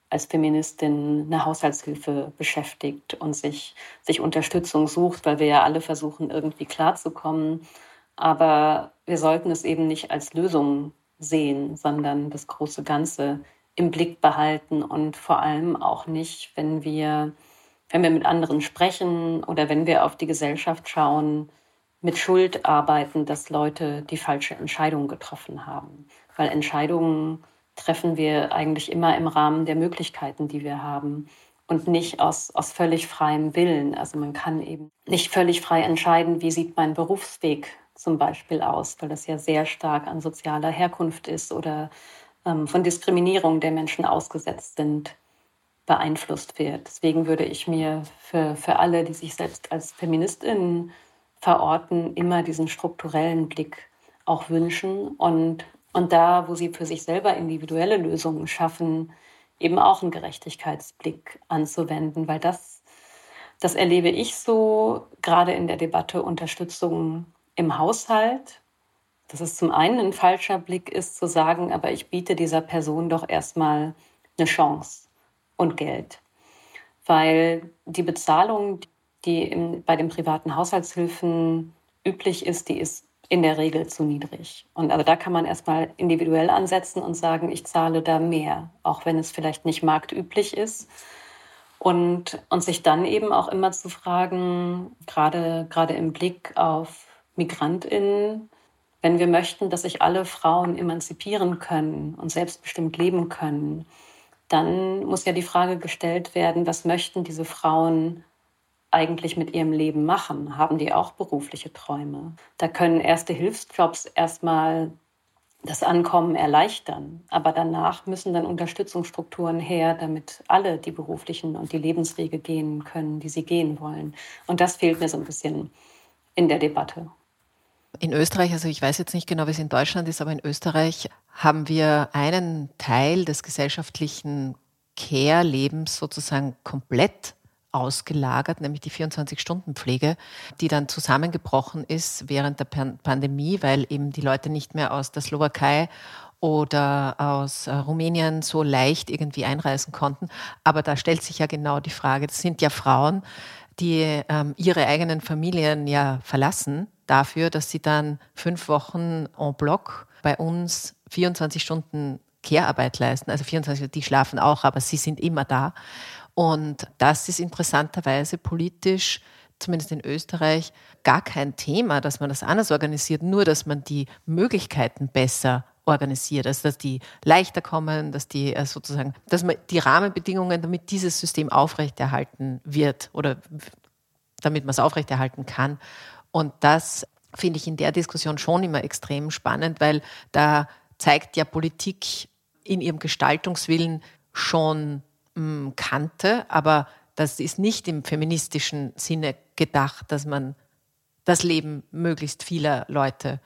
als Feministin eine Haushaltshilfe beschäftigt und sich, sich Unterstützung sucht, weil wir ja alle versuchen, irgendwie klarzukommen. Aber wir sollten es eben nicht als Lösung sehen, sondern das große Ganze im Blick behalten und vor allem auch nicht, wenn wir, wenn wir mit anderen sprechen oder wenn wir auf die Gesellschaft schauen, mit Schuld arbeiten, dass Leute die falsche Entscheidung getroffen haben. Weil Entscheidungen treffen wir eigentlich immer im Rahmen der Möglichkeiten, die wir haben und nicht aus, aus völlig freiem Willen. Also man kann eben nicht völlig frei entscheiden, wie sieht mein Berufsweg zum Beispiel aus, weil das ja sehr stark an sozialer Herkunft ist oder ähm, von Diskriminierung der Menschen ausgesetzt sind, beeinflusst wird. Deswegen würde ich mir für, für alle, die sich selbst als FeministInnen verorten, immer diesen strukturellen Blick auch wünschen und Und da, wo sie für sich selber individuelle Lösungen schaffen, eben auch einen Gerechtigkeitsblick anzuwenden. Weil das, das erlebe ich so, gerade in der Debatte Unterstützung im Haushalt, dass es zum einen ein falscher Blick ist, zu sagen, aber ich biete dieser Person doch erstmal eine Chance und Geld. Weil die Bezahlung, die im, bei den privaten Haushaltshilfen üblich ist, die ist in der Regel zu niedrig. Und also da kann man erstmal individuell ansetzen und sagen, ich zahle da mehr, auch wenn es vielleicht nicht marktüblich ist. Und, und sich dann eben auch immer zu fragen, gerade, gerade im Blick auf MigrantInnen, wenn wir möchten, dass sich alle Frauen emanzipieren können und selbstbestimmt leben können, dann muss ja die Frage gestellt werden, was möchten diese Frauen eigentlich mit ihrem Leben machen? Haben die auch berufliche Träume? Da können erste Hilfsjobs erstmal das Ankommen erleichtern. Aber danach müssen dann Unterstützungsstrukturen her, damit alle die beruflichen und die Lebenswege gehen können, die sie gehen wollen. Und das fehlt mir so ein bisschen in der Debatte. In Österreich, also ich weiß jetzt nicht genau, wie es in Deutschland ist, aber in Österreich haben wir einen Teil des gesellschaftlichen Care-Lebens sozusagen komplett ausgelagert, nämlich die vierundzwanzig-Stunden-Pflege, die dann zusammengebrochen ist während der Pandemie, weil eben die Leute nicht mehr aus der Slowakei oder aus Rumänien so leicht irgendwie einreisen konnten. Aber da stellt sich ja genau die Frage, das sind ja Frauen, die ähm, ihre eigenen Familien ja verlassen dafür, dass sie dann fünf Wochen en bloc bei uns vierundzwanzig Stunden Care-Arbeit leisten. Also vierundzwanzig, die schlafen auch, aber sie sind immer da. Und das ist interessanterweise politisch, zumindest in Österreich, gar kein Thema, dass man das anders organisiert, nur dass man die Möglichkeiten besser organisiert, also dass die leichter kommen, dass die sozusagen, dass man die Rahmenbedingungen, damit dieses System aufrechterhalten wird oder damit man es aufrechterhalten kann. Und das finde ich in der Diskussion schon immer extrem spannend, weil da zeigt ja Politik in ihrem Gestaltungswillen schon mh, Kante, aber das ist nicht im feministischen Sinne gedacht, dass man das Leben möglichst vieler Leute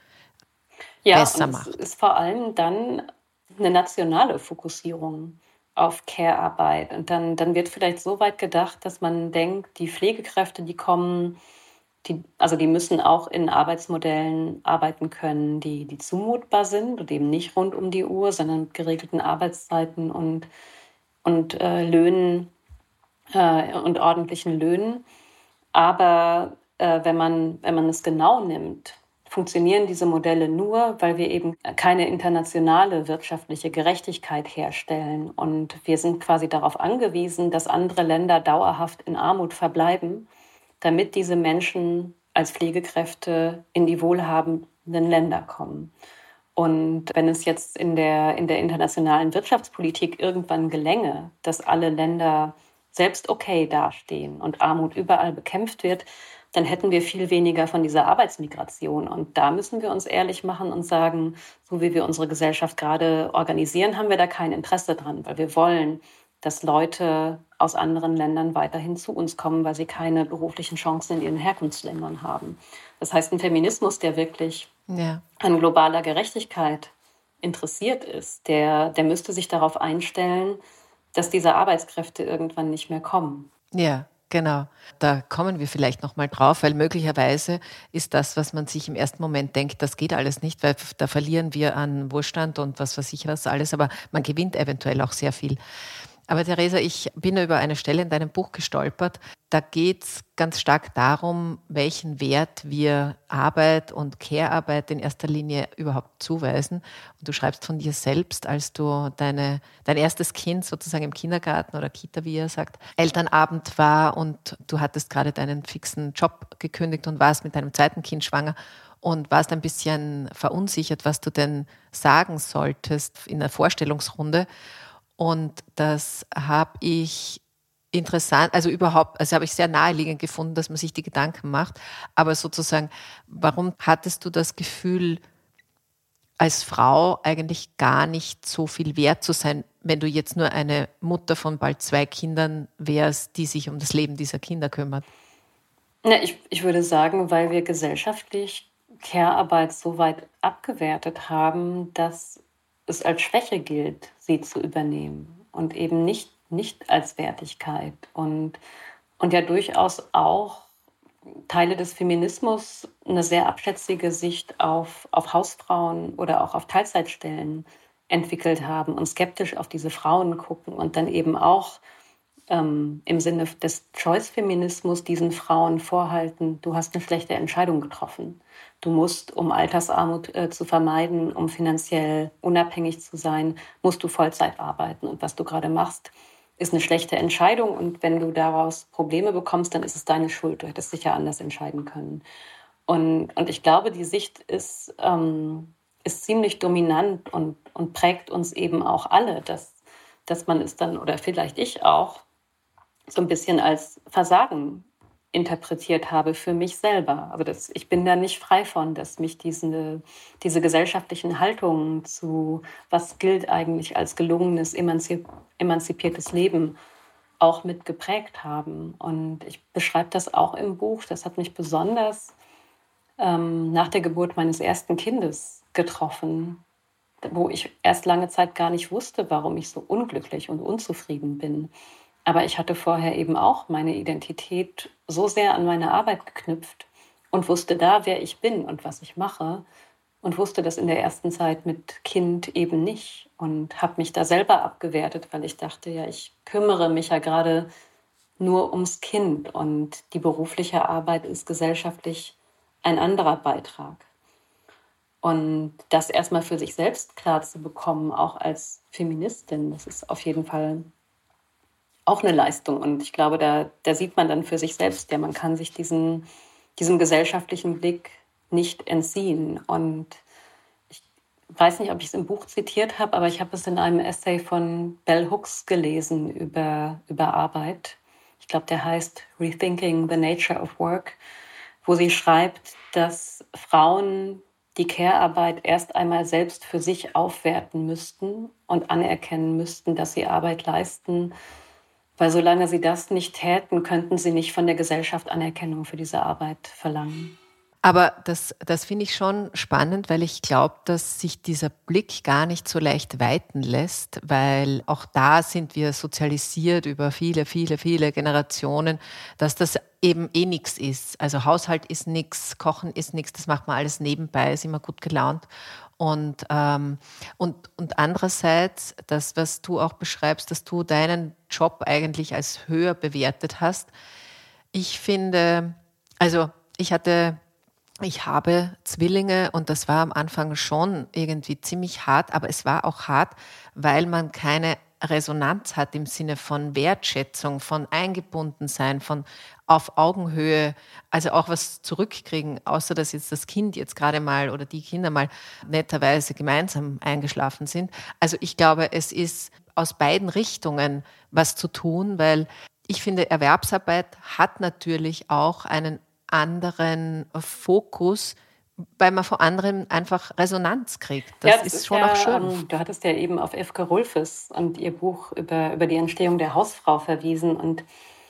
ja, besser und macht. Es ist vor allem dann eine nationale Fokussierung auf Care-Arbeit. Und dann, dann wird vielleicht so weit gedacht, dass man denkt, die Pflegekräfte, die kommen, die, also die müssen auch in Arbeitsmodellen arbeiten können, die, die zumutbar sind und eben nicht rund um die Uhr, sondern mit geregelten Arbeitszeiten und, und äh, Löhnen äh, und ordentlichen Löhnen. Aber äh, wenn man, wenn man es genau nimmt, funktionieren diese Modelle nur, weil wir eben keine internationale wirtschaftliche Gerechtigkeit herstellen. Und wir sind quasi darauf angewiesen, dass andere Länder dauerhaft in Armut verbleiben, damit diese Menschen als Pflegekräfte in die wohlhabenden Länder kommen. Und wenn es jetzt in der, in der internationalen Wirtschaftspolitik irgendwann gelänge, dass alle Länder selbst okay dastehen und Armut überall bekämpft wird, dann hätten wir viel weniger von dieser Arbeitsmigration. Und da müssen wir uns ehrlich machen und sagen, so wie wir unsere Gesellschaft gerade organisieren, haben wir da kein Interesse dran, weil wir wollen, dass Leute aus anderen Ländern weiterhin zu uns kommen, weil sie keine beruflichen Chancen in ihren Herkunftsländern haben. Das heißt, ein Feminismus, der wirklich ja. an globaler Gerechtigkeit interessiert ist, der, der müsste sich darauf einstellen, dass diese Arbeitskräfte irgendwann nicht mehr kommen. Ja. Genau, da kommen wir vielleicht noch mal drauf, weil möglicherweise ist das, was man sich im ersten Moment denkt, das geht alles nicht, weil da verlieren wir an Wohlstand und was weiß ich was alles, aber man gewinnt eventuell auch sehr viel. Aber Theresa, ich bin über eine Stelle in deinem Buch gestolpert. Da geht es ganz stark darum, welchen Wert wir Arbeit und Care-Arbeit in erster Linie überhaupt zuweisen. Und du schreibst von dir selbst, als du deine, dein erstes Kind sozusagen im Kindergarten oder Kita, wie ihr sagt, Elternabend war und du hattest gerade deinen fixen Job gekündigt und warst mit deinem zweiten Kind schwanger und warst ein bisschen verunsichert, was du denn sagen solltest in der Vorstellungsrunde. Und das habe ich interessant, also überhaupt, also habe ich sehr naheliegend gefunden, dass man sich die Gedanken macht. Aber sozusagen, warum hattest du das Gefühl, als Frau eigentlich gar nicht so viel wert zu sein, wenn du jetzt nur eine Mutter von bald zwei Kindern wärst, die sich um das Leben dieser Kinder kümmert? Ja, ich, ich würde sagen, weil wir gesellschaftlich Care-Arbeit so weit abgewertet haben, dass es als Schwäche gilt, sie zu übernehmen und eben nicht, nicht als Wertigkeit. Und, und ja durchaus auch Teile des Feminismus eine sehr abschätzige Sicht auf, auf Hausfrauen oder auch auf Teilzeitstellen entwickelt haben und skeptisch auf diese Frauen gucken und dann eben auch ähm, im Sinne des Choice-Feminismus diesen Frauen vorhalten, du hast eine schlechte Entscheidung getroffen. Du musst, um Altersarmut äh, zu vermeiden, um finanziell unabhängig zu sein, musst du Vollzeit arbeiten. Und was du gerade machst, ist eine schlechte Entscheidung. Und wenn du daraus Probleme bekommst, dann ist es deine Schuld. Du hättest dich ja anders entscheiden können. Und, und ich glaube, die Sicht ist, ähm, ist ziemlich dominant und, und prägt uns eben auch alle, dass, dass man es dann, oder vielleicht ich auch, so ein bisschen als Versagen interpretiert habe für mich selber. Also das, ich bin da nicht frei von, dass mich diese, diese gesellschaftlichen Haltungen zu, was gilt eigentlich als gelungenes, emanzip, emanzipiertes Leben, auch mit geprägt haben. Und ich beschreibe das auch im Buch. Das hat mich besonders ähm, nach der Geburt meines ersten Kindes getroffen, wo ich erst lange Zeit gar nicht wusste, warum ich so unglücklich und unzufrieden bin. Aber ich hatte vorher eben auch meine Identität so sehr an meine Arbeit geknüpft und wusste da, wer ich bin und was ich mache und wusste das in der ersten Zeit mit Kind eben nicht und habe mich da selber abgewertet, weil ich dachte, ja, ich kümmere mich ja gerade nur ums Kind und die berufliche Arbeit ist gesellschaftlich ein anderer Beitrag. Und das erstmal für sich selbst klar zu bekommen, auch als Feministin, das ist auf jeden Fall auch eine Leistung. Und ich glaube, da, da sieht man dann für sich selbst, ja, man kann sich diesen, diesem gesellschaftlichen Blick nicht entziehen. Und ich weiß nicht, ob ich es im Buch zitiert habe, aber ich habe es in einem Essay von Bell Hooks gelesen über, über Arbeit. Ich glaube, der heißt Rethinking the Nature of Work, wo sie schreibt, dass Frauen die Care-Arbeit erst einmal selbst für sich aufwerten müssten und anerkennen müssten, dass sie Arbeit leisten. Weil solange sie das nicht täten, könnten sie nicht von der Gesellschaft Anerkennung für diese Arbeit verlangen. Aber das, das finde ich schon spannend, weil ich glaube, dass sich dieser Blick gar nicht so leicht weiten lässt, weil auch da sind wir sozialisiert über viele, viele, viele Generationen, dass das eben eh nichts ist. Also Haushalt ist nichts, Kochen ist nichts, das macht man alles nebenbei, ist immer gut gelaunt. Und, ähm, und, und andererseits, das, was du auch beschreibst, dass du deinen Job eigentlich als höher bewertet hast. Ich finde, also ich hatte, ich habe Zwillinge und das war am Anfang schon irgendwie ziemlich hart, aber es war auch hart, weil man keine Resonanz hat im Sinne von Wertschätzung, von Eingebundensein, von auf Augenhöhe, also auch was zurückkriegen, außer dass jetzt das Kind jetzt gerade mal oder die Kinder mal netterweise gemeinsam eingeschlafen sind. Also ich glaube, es ist aus beiden Richtungen was zu tun, weil ich finde, Erwerbsarbeit hat natürlich auch einen anderen Fokus, weil man von anderen einfach Resonanz kriegt. Das, ja, das ist, ist schon ja, auch schön. Ähm, du hattest ja eben auf Efke Rolfes und ihr Buch über, über die Entstehung der Hausfrau verwiesen. Und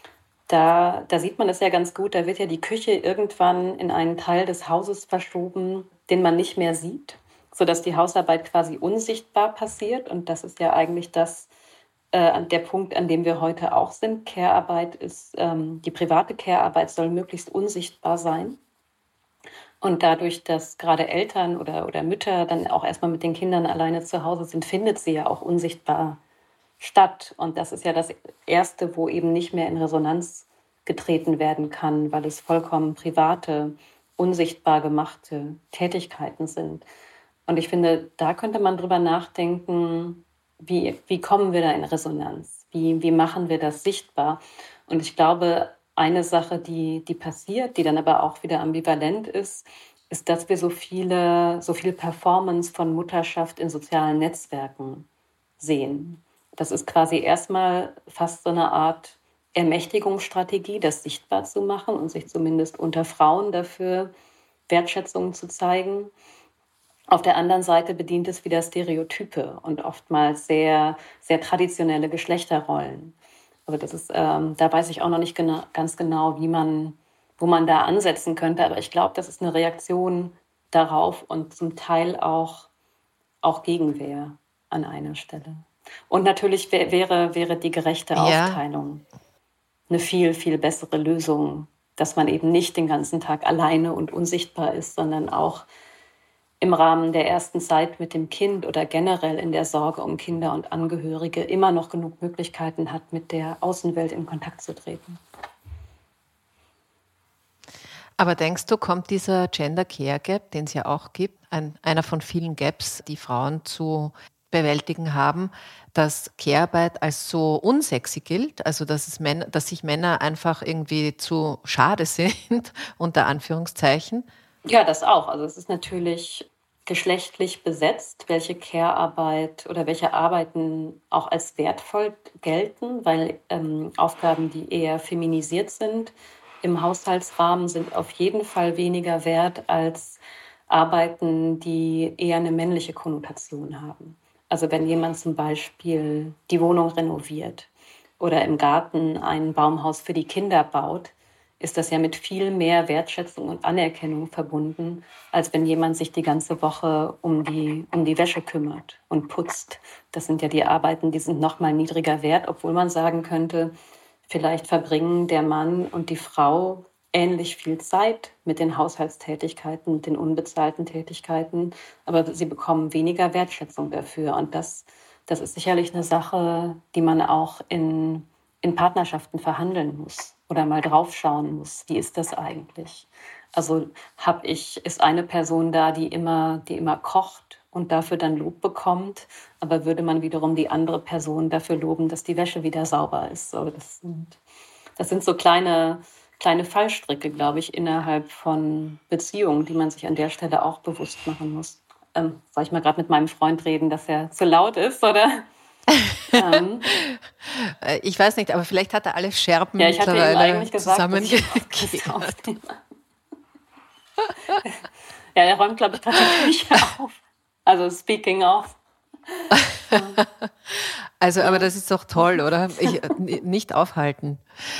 da, da sieht man es ja ganz gut. Da wird ja die Küche irgendwann in einen Teil des Hauses verschoben, den man nicht mehr sieht, sodass die Hausarbeit quasi unsichtbar passiert. Und das ist ja eigentlich das, äh, der Punkt, an dem wir heute auch sind. Care-Arbeit ist, ähm, die private Care-Arbeit soll möglichst unsichtbar sein. Und dadurch, dass gerade Eltern oder, oder Mütter dann auch erstmal mit den Kindern alleine zu Hause sind, findet sie ja auch unsichtbar statt. Und das ist ja das Erste, wo eben nicht mehr in Resonanz getreten werden kann, weil es vollkommen private, unsichtbar gemachte Tätigkeiten sind. Und ich finde, da könnte man drüber nachdenken, wie, wie kommen wir da in Resonanz? Wie, wie machen wir das sichtbar? Und ich glaube, eine Sache, die, die passiert, die dann aber auch wieder ambivalent ist, ist, dass wir so viele, so viel Performance von Mutterschaft in sozialen Netzwerken sehen. Das ist quasi erstmal fast so eine Art Ermächtigungsstrategie, das sichtbar zu machen und sich zumindest unter Frauen dafür Wertschätzung zu zeigen. Auf der anderen Seite bedient es wieder Stereotype und oftmals sehr, sehr traditionelle Geschlechterrollen. Aber das ist, ähm, da weiß ich auch noch nicht gena- ganz genau, wie man, wo man da ansetzen könnte. Aber ich glaube, das ist eine Reaktion darauf und zum Teil auch, auch Gegenwehr an einer Stelle. Und natürlich wär, wäre, wäre die gerechte Ja. Aufteilung eine viel, viel bessere Lösung, dass man eben nicht den ganzen Tag alleine und unsichtbar ist, sondern auch im Rahmen der ersten Zeit mit dem Kind oder generell in der Sorge um Kinder und Angehörige immer noch genug Möglichkeiten hat, mit der Außenwelt in Kontakt zu treten. Aber denkst du, kommt dieser Gender Care Gap, den es ja auch gibt, ein, einer von vielen Gaps, die Frauen zu bewältigen haben, dass Care-Arbeit als so unsexy gilt, also dass, es Männer, dass sich Männer einfach irgendwie zu schade sind, unter Anführungszeichen? Ja, das auch. Also es ist natürlich geschlechtlich besetzt, welche Care-Arbeit oder welche Arbeiten auch als wertvoll gelten, weil ähm, Aufgaben, die eher feminisiert sind im Haushaltsrahmen, sind auf jeden Fall weniger wert als Arbeiten, die eher eine männliche Konnotation haben. Also wenn jemand zum Beispiel die Wohnung renoviert oder im Garten ein Baumhaus für die Kinder baut, ist das ja mit viel mehr Wertschätzung und Anerkennung verbunden, als wenn jemand sich die ganze Woche um die, um die Wäsche kümmert und putzt. Das sind ja die Arbeiten, die sind noch mal niedriger wert, obwohl man sagen könnte, vielleicht verbringen der Mann und die Frau ähnlich viel Zeit mit den Haushaltstätigkeiten, mit den unbezahlten Tätigkeiten, aber sie bekommen weniger Wertschätzung dafür. Und das, das ist sicherlich eine Sache, die man auch in, in Partnerschaften verhandeln muss oder mal draufschauen muss. Wie ist das eigentlich? Also hab ich, ist eine Person da, die immer, die immer kocht und dafür dann Lob bekommt, aber würde man wiederum die andere Person dafür loben, dass die Wäsche wieder sauber ist. Also das sind, das sind so kleine, kleine Fallstricke, glaube ich, innerhalb von Beziehungen, die man sich an der Stelle auch bewusst machen muss. Ähm, soll ich mal gerade mit meinem Freund reden, dass er zu laut ist, oder? ähm. Ich weiß nicht, aber vielleicht hat er alle Scherben ja, ich hatte mittlerweile ihm eigentlich gesagt, zusammengekehrt. Ja, der räumt, glaube ich, gerade die Küche auf. Also speaking of. Also, aber das ist doch toll, oder? Ich, nicht aufhalten.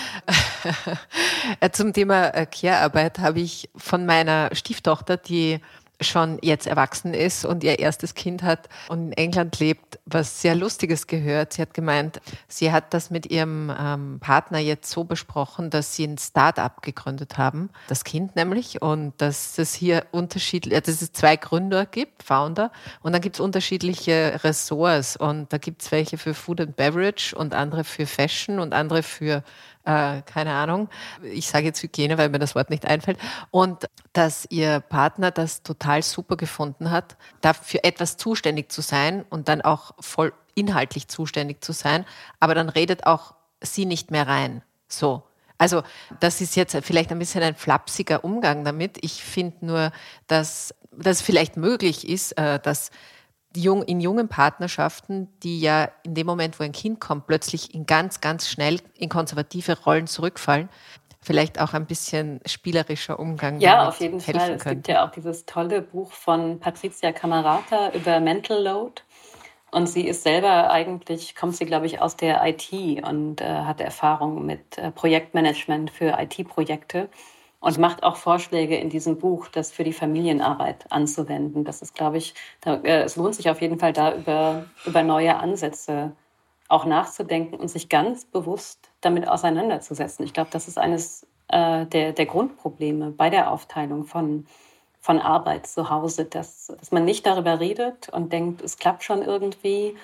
Zum Thema Care-Arbeit habe ich von meiner Stieftochter, die schon jetzt erwachsen ist und ihr erstes Kind hat und in England lebt, was sehr Lustiges gehört. Sie hat gemeint, sie hat das mit ihrem ähm, Partner jetzt so besprochen, dass sie ein Start-up gegründet haben, das Kind nämlich, und dass es hier unterschiedlich, dass es zwei Gründer gibt, Founder, und dann gibt es unterschiedliche Ressorts und da gibt es welche für Food and Beverage und andere für Fashion und andere für Äh, keine Ahnung, ich sage jetzt Hygiene, weil mir das Wort nicht einfällt, und dass ihr Partner das total super gefunden hat, dafür etwas zuständig zu sein und dann auch voll inhaltlich zuständig zu sein, aber dann redet auch sie nicht mehr rein. So. Also das ist jetzt vielleicht ein bisschen ein flapsiger Umgang damit. Ich finde nur, dass das vielleicht möglich ist, äh, dass in jungen Partnerschaften, die ja in dem Moment, wo ein Kind kommt, plötzlich in ganz, ganz schnell in konservative Rollen zurückfallen, vielleicht auch ein bisschen spielerischer Umgang ja, damit auf jeden helfen Fall. Es könnte. gibt ja auch dieses tolle Buch von Patricia Camerata über Mental Load. Und sie ist selber eigentlich, kommt sie, glaube ich, aus der I T und äh, hat Erfahrung mit äh, Projektmanagement für I T-Projekte. Und macht auch Vorschläge in diesem Buch, das für die Familienarbeit anzuwenden. Das ist, glaube ich, da, äh, es lohnt sich auf jeden Fall da über, über neue Ansätze auch nachzudenken und sich ganz bewusst damit auseinanderzusetzen. Ich glaube, das ist eines äh, der, der Grundprobleme bei der Aufteilung von, von Arbeit zu Hause, dass, dass man nicht darüber redet und denkt, es klappt schon irgendwie,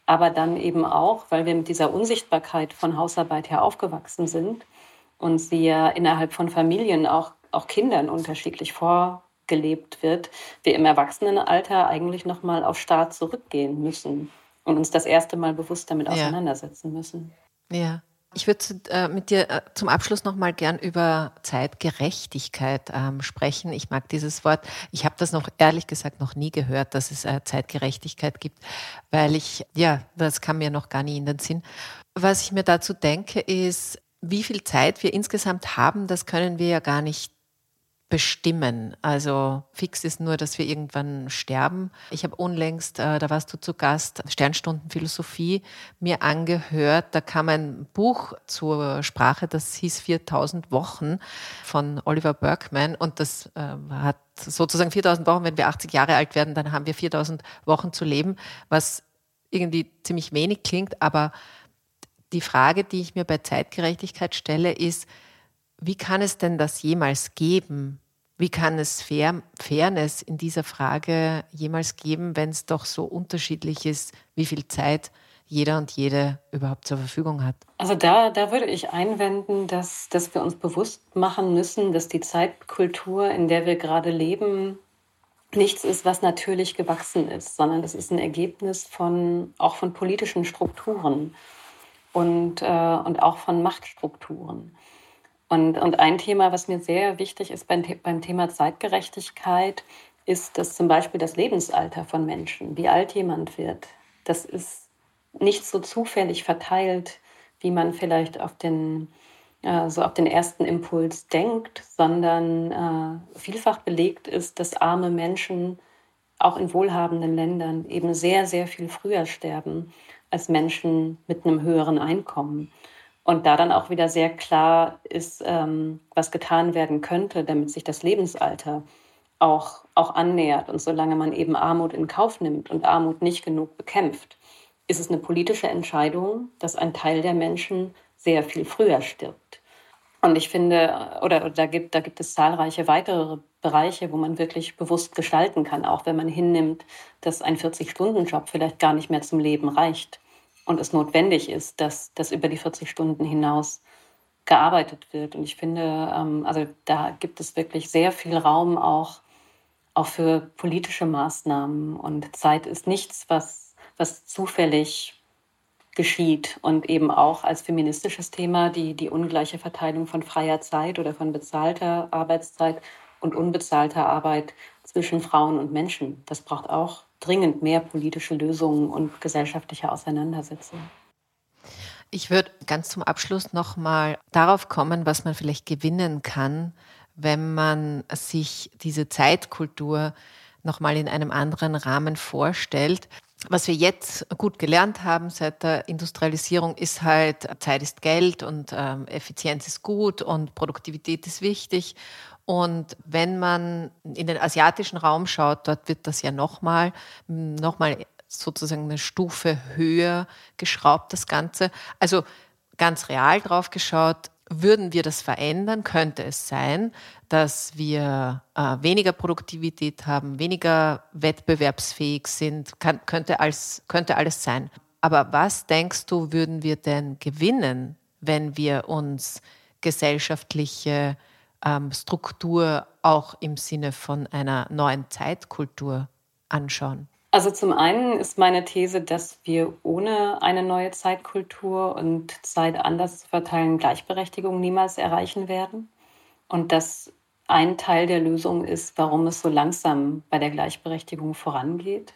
aber dann eben auch, weil wir mit dieser Unsichtbarkeit von Hausarbeit her aufgewachsen sind und sie ja innerhalb von Familien auch, auch Kindern unterschiedlich vorgelebt wird, wir im Erwachsenenalter eigentlich nochmal auf Staat zurückgehen müssen und uns das erste Mal bewusst damit Ja. auseinandersetzen müssen. Ja. Ich würde äh, mit dir äh, zum Abschluss noch mal gern über Zeitgerechtigkeit ähm, sprechen. Ich mag dieses Wort. Ich habe das noch ehrlich gesagt noch nie gehört, dass es äh, Zeitgerechtigkeit gibt, weil ich, ja, das kam mir noch gar nie in den Sinn. Was ich mir dazu denke, ist, wie viel Zeit wir insgesamt haben, das können wir ja gar nicht bestimmen. Also fix ist nur, dass wir irgendwann sterben. Ich habe unlängst, äh, da warst du zu Gast, Sternstunden Philosophie mir angehört. Da kam ein Buch zur Sprache, das hieß viertausend Wochen von Oliver Burkeman und das äh, hat sozusagen viertausend Wochen, wenn wir achtzig Jahre alt werden, dann haben wir viertausend Wochen zu leben, was irgendwie ziemlich wenig klingt, aber die Frage, die ich mir bei Zeitgerechtigkeit stelle, ist, wie kann es denn das jemals geben? Wie kann es Fair, Fairness in dieser Frage jemals geben, wenn es doch so unterschiedlich ist, wie viel Zeit jeder und jede überhaupt zur Verfügung hat? Also da, da würde ich einwenden, dass, dass wir uns bewusst machen müssen, dass die Zeitkultur, in der wir gerade leben, nichts ist, was natürlich gewachsen ist, sondern das ist ein Ergebnis von, auch von politischen Strukturen und, äh, und auch von Machtstrukturen. Und, und ein Thema, was mir sehr wichtig ist beim, beim Thema Zeitgerechtigkeit, ist, dass zum Beispiel das Lebensalter von Menschen, wie alt jemand wird, das ist nicht so zufällig verteilt, wie man vielleicht auf den, äh, so auf den ersten Impuls denkt, sondern äh, vielfach belegt ist, dass arme Menschen auch in wohlhabenden Ländern eben sehr, sehr viel früher sterben als Menschen mit einem höheren Einkommen. Und da dann auch wieder sehr klar ist, ähm, was getan werden könnte, damit sich das Lebensalter auch, auch annähert. Und solange man eben Armut in Kauf nimmt und Armut nicht genug bekämpft, ist es eine politische Entscheidung, dass ein Teil der Menschen sehr viel früher stirbt. Und ich finde, oder, oder da gibt, da gibt es zahlreiche weitere Bereiche, wo man wirklich bewusst gestalten kann, auch wenn man hinnimmt, dass ein vierzig-Stunden-Job vielleicht gar nicht mehr zum Leben reicht. Und es notwendig ist, dass, dass über die vierzig Stunden hinaus gearbeitet wird. Und ich finde, ähm, also da gibt es wirklich sehr viel Raum auch, auch für politische Maßnahmen. Und Zeit ist nichts, was, was zufällig geschieht. Und eben auch als feministisches Thema die, die ungleiche Verteilung von freier Zeit oder von bezahlter Arbeitszeit und unbezahlter Arbeit zwischen Frauen und Menschen. Das braucht auch dringend mehr politische Lösungen und gesellschaftliche Auseinandersetzungen. Ich würde ganz zum Abschluss nochmal darauf kommen, was man vielleicht gewinnen kann, wenn man sich diese Zeitkultur nochmal in einem anderen Rahmen vorstellt. Was wir jetzt gut gelernt haben seit der Industrialisierung ist halt, Zeit ist Geld und ähm, Effizienz ist gut und Produktivität ist wichtig. Und wenn man in den asiatischen Raum schaut, dort wird das ja nochmal, nochmal sozusagen eine Stufe höher geschraubt, das Ganze. Also ganz real drauf geschaut, würden wir das verändern, könnte es sein, dass wir äh, weniger Produktivität haben, weniger wettbewerbsfähig sind, kann, könnte, als, könnte alles sein. Aber was denkst du, würden wir denn gewinnen, wenn wir uns gesellschaftliche ähm, Struktur auch im Sinne von einer neuen Zeitkultur anschauen? Also zum einen ist meine These, dass wir ohne eine neue Zeitkultur und Zeit anders zu verteilen Gleichberechtigung niemals erreichen werden. Und dass ein Teil der Lösung ist, warum es so langsam bei der Gleichberechtigung vorangeht.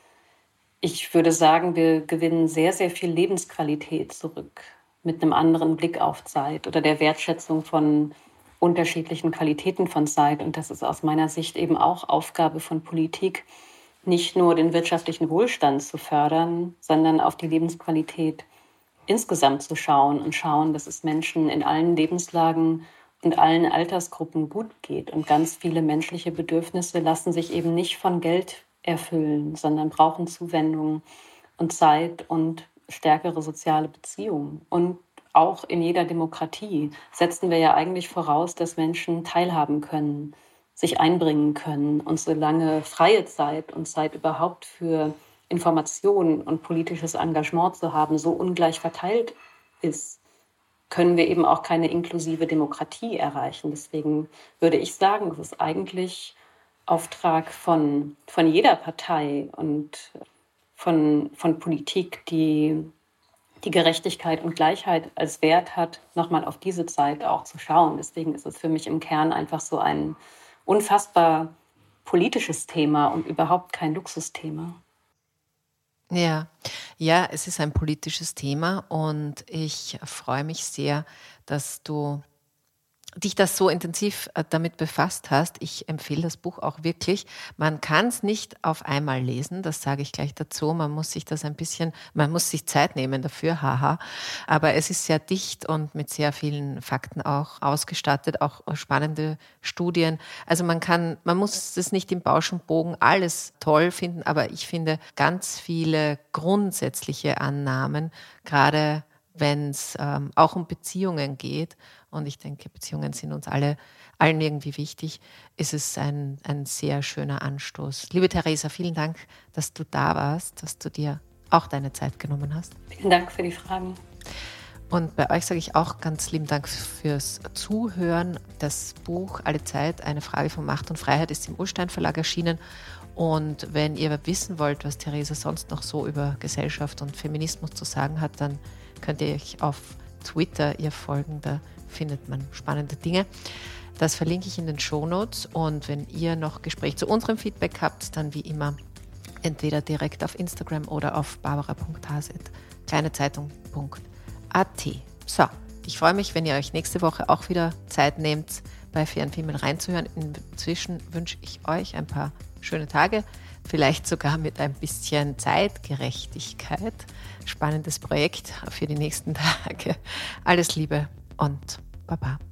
Ich würde sagen, wir gewinnen sehr, sehr viel Lebensqualität zurück mit einem anderen Blick auf Zeit oder der Wertschätzung von unterschiedlichen Qualitäten von Zeit. Und das ist aus meiner Sicht eben auch Aufgabe von Politik, nicht nur den wirtschaftlichen Wohlstand zu fördern, sondern auf die Lebensqualität insgesamt zu schauen und schauen, dass es Menschen in allen Lebenslagen und allen Altersgruppen gut geht. Und ganz viele menschliche Bedürfnisse lassen sich eben nicht von Geld erfüllen, sondern brauchen Zuwendung und Zeit und stärkere soziale Beziehungen. Und auch in jeder Demokratie setzen wir ja eigentlich voraus, dass Menschen teilhaben können, sich einbringen können. Und solange freie Zeit und Zeit überhaupt für Information und politisches Engagement zu haben, so ungleich verteilt ist, können wir eben auch keine inklusive Demokratie erreichen. Deswegen würde ich sagen, es ist eigentlich Auftrag von, von jeder Partei und von, von Politik, die die Gerechtigkeit und Gleichheit als Wert hat, nochmal auf diese Zeit auch zu schauen. Deswegen ist es für mich im Kern einfach so ein unfassbar politisches Thema und überhaupt kein Luxusthema. Ja, ja, es ist ein politisches Thema und ich freue mich sehr, dass du dich das so intensiv äh, damit befasst hast. Ich empfehle das Buch auch wirklich. Man kann es nicht auf einmal lesen, das sage ich gleich dazu. Man muss sich das ein bisschen, man muss sich Zeit nehmen dafür, haha. Aber es ist sehr dicht und mit sehr vielen Fakten auch ausgestattet, auch spannende Studien. Also man kann, man muss es nicht im Bausch und Bogen alles toll finden, aber ich finde ganz viele grundsätzliche Annahmen, gerade wenn es ähm, auch um Beziehungen geht, und ich denke, Beziehungen sind uns alle, allen irgendwie wichtig, ist es ein, ein sehr schöner Anstoß. Liebe Theresa, vielen Dank, dass du da warst, dass du dir auch deine Zeit genommen hast. Vielen Dank für die Fragen. Und bei euch sage ich auch ganz lieben Dank fürs Zuhören. Das Buch Alle Zeit, eine Frage von Macht und Freiheit ist im Ullstein Verlag erschienen. Und wenn ihr wissen wollt, was Theresa sonst noch so über Gesellschaft und Feminismus zu sagen hat, dann könnt ihr euch auf Twitter ihr folgen, da findet man spannende Dinge. Das verlinke ich in den Shownotes und wenn ihr noch Gespräch zu unserem Feedback habt, dann wie immer entweder direkt auf Instagram oder auf barbara punkt hase at kleinezeitung punkt a t. So, ich freue mich, wenn ihr euch nächste Woche auch wieder Zeit nehmt, bei Fair und Female reinzuhören. Inzwischen wünsche ich euch ein paar schöne Tage, vielleicht sogar mit ein bisschen Zeitgerechtigkeit. Spannendes Projekt für die nächsten Tage. Alles Liebe und Baba.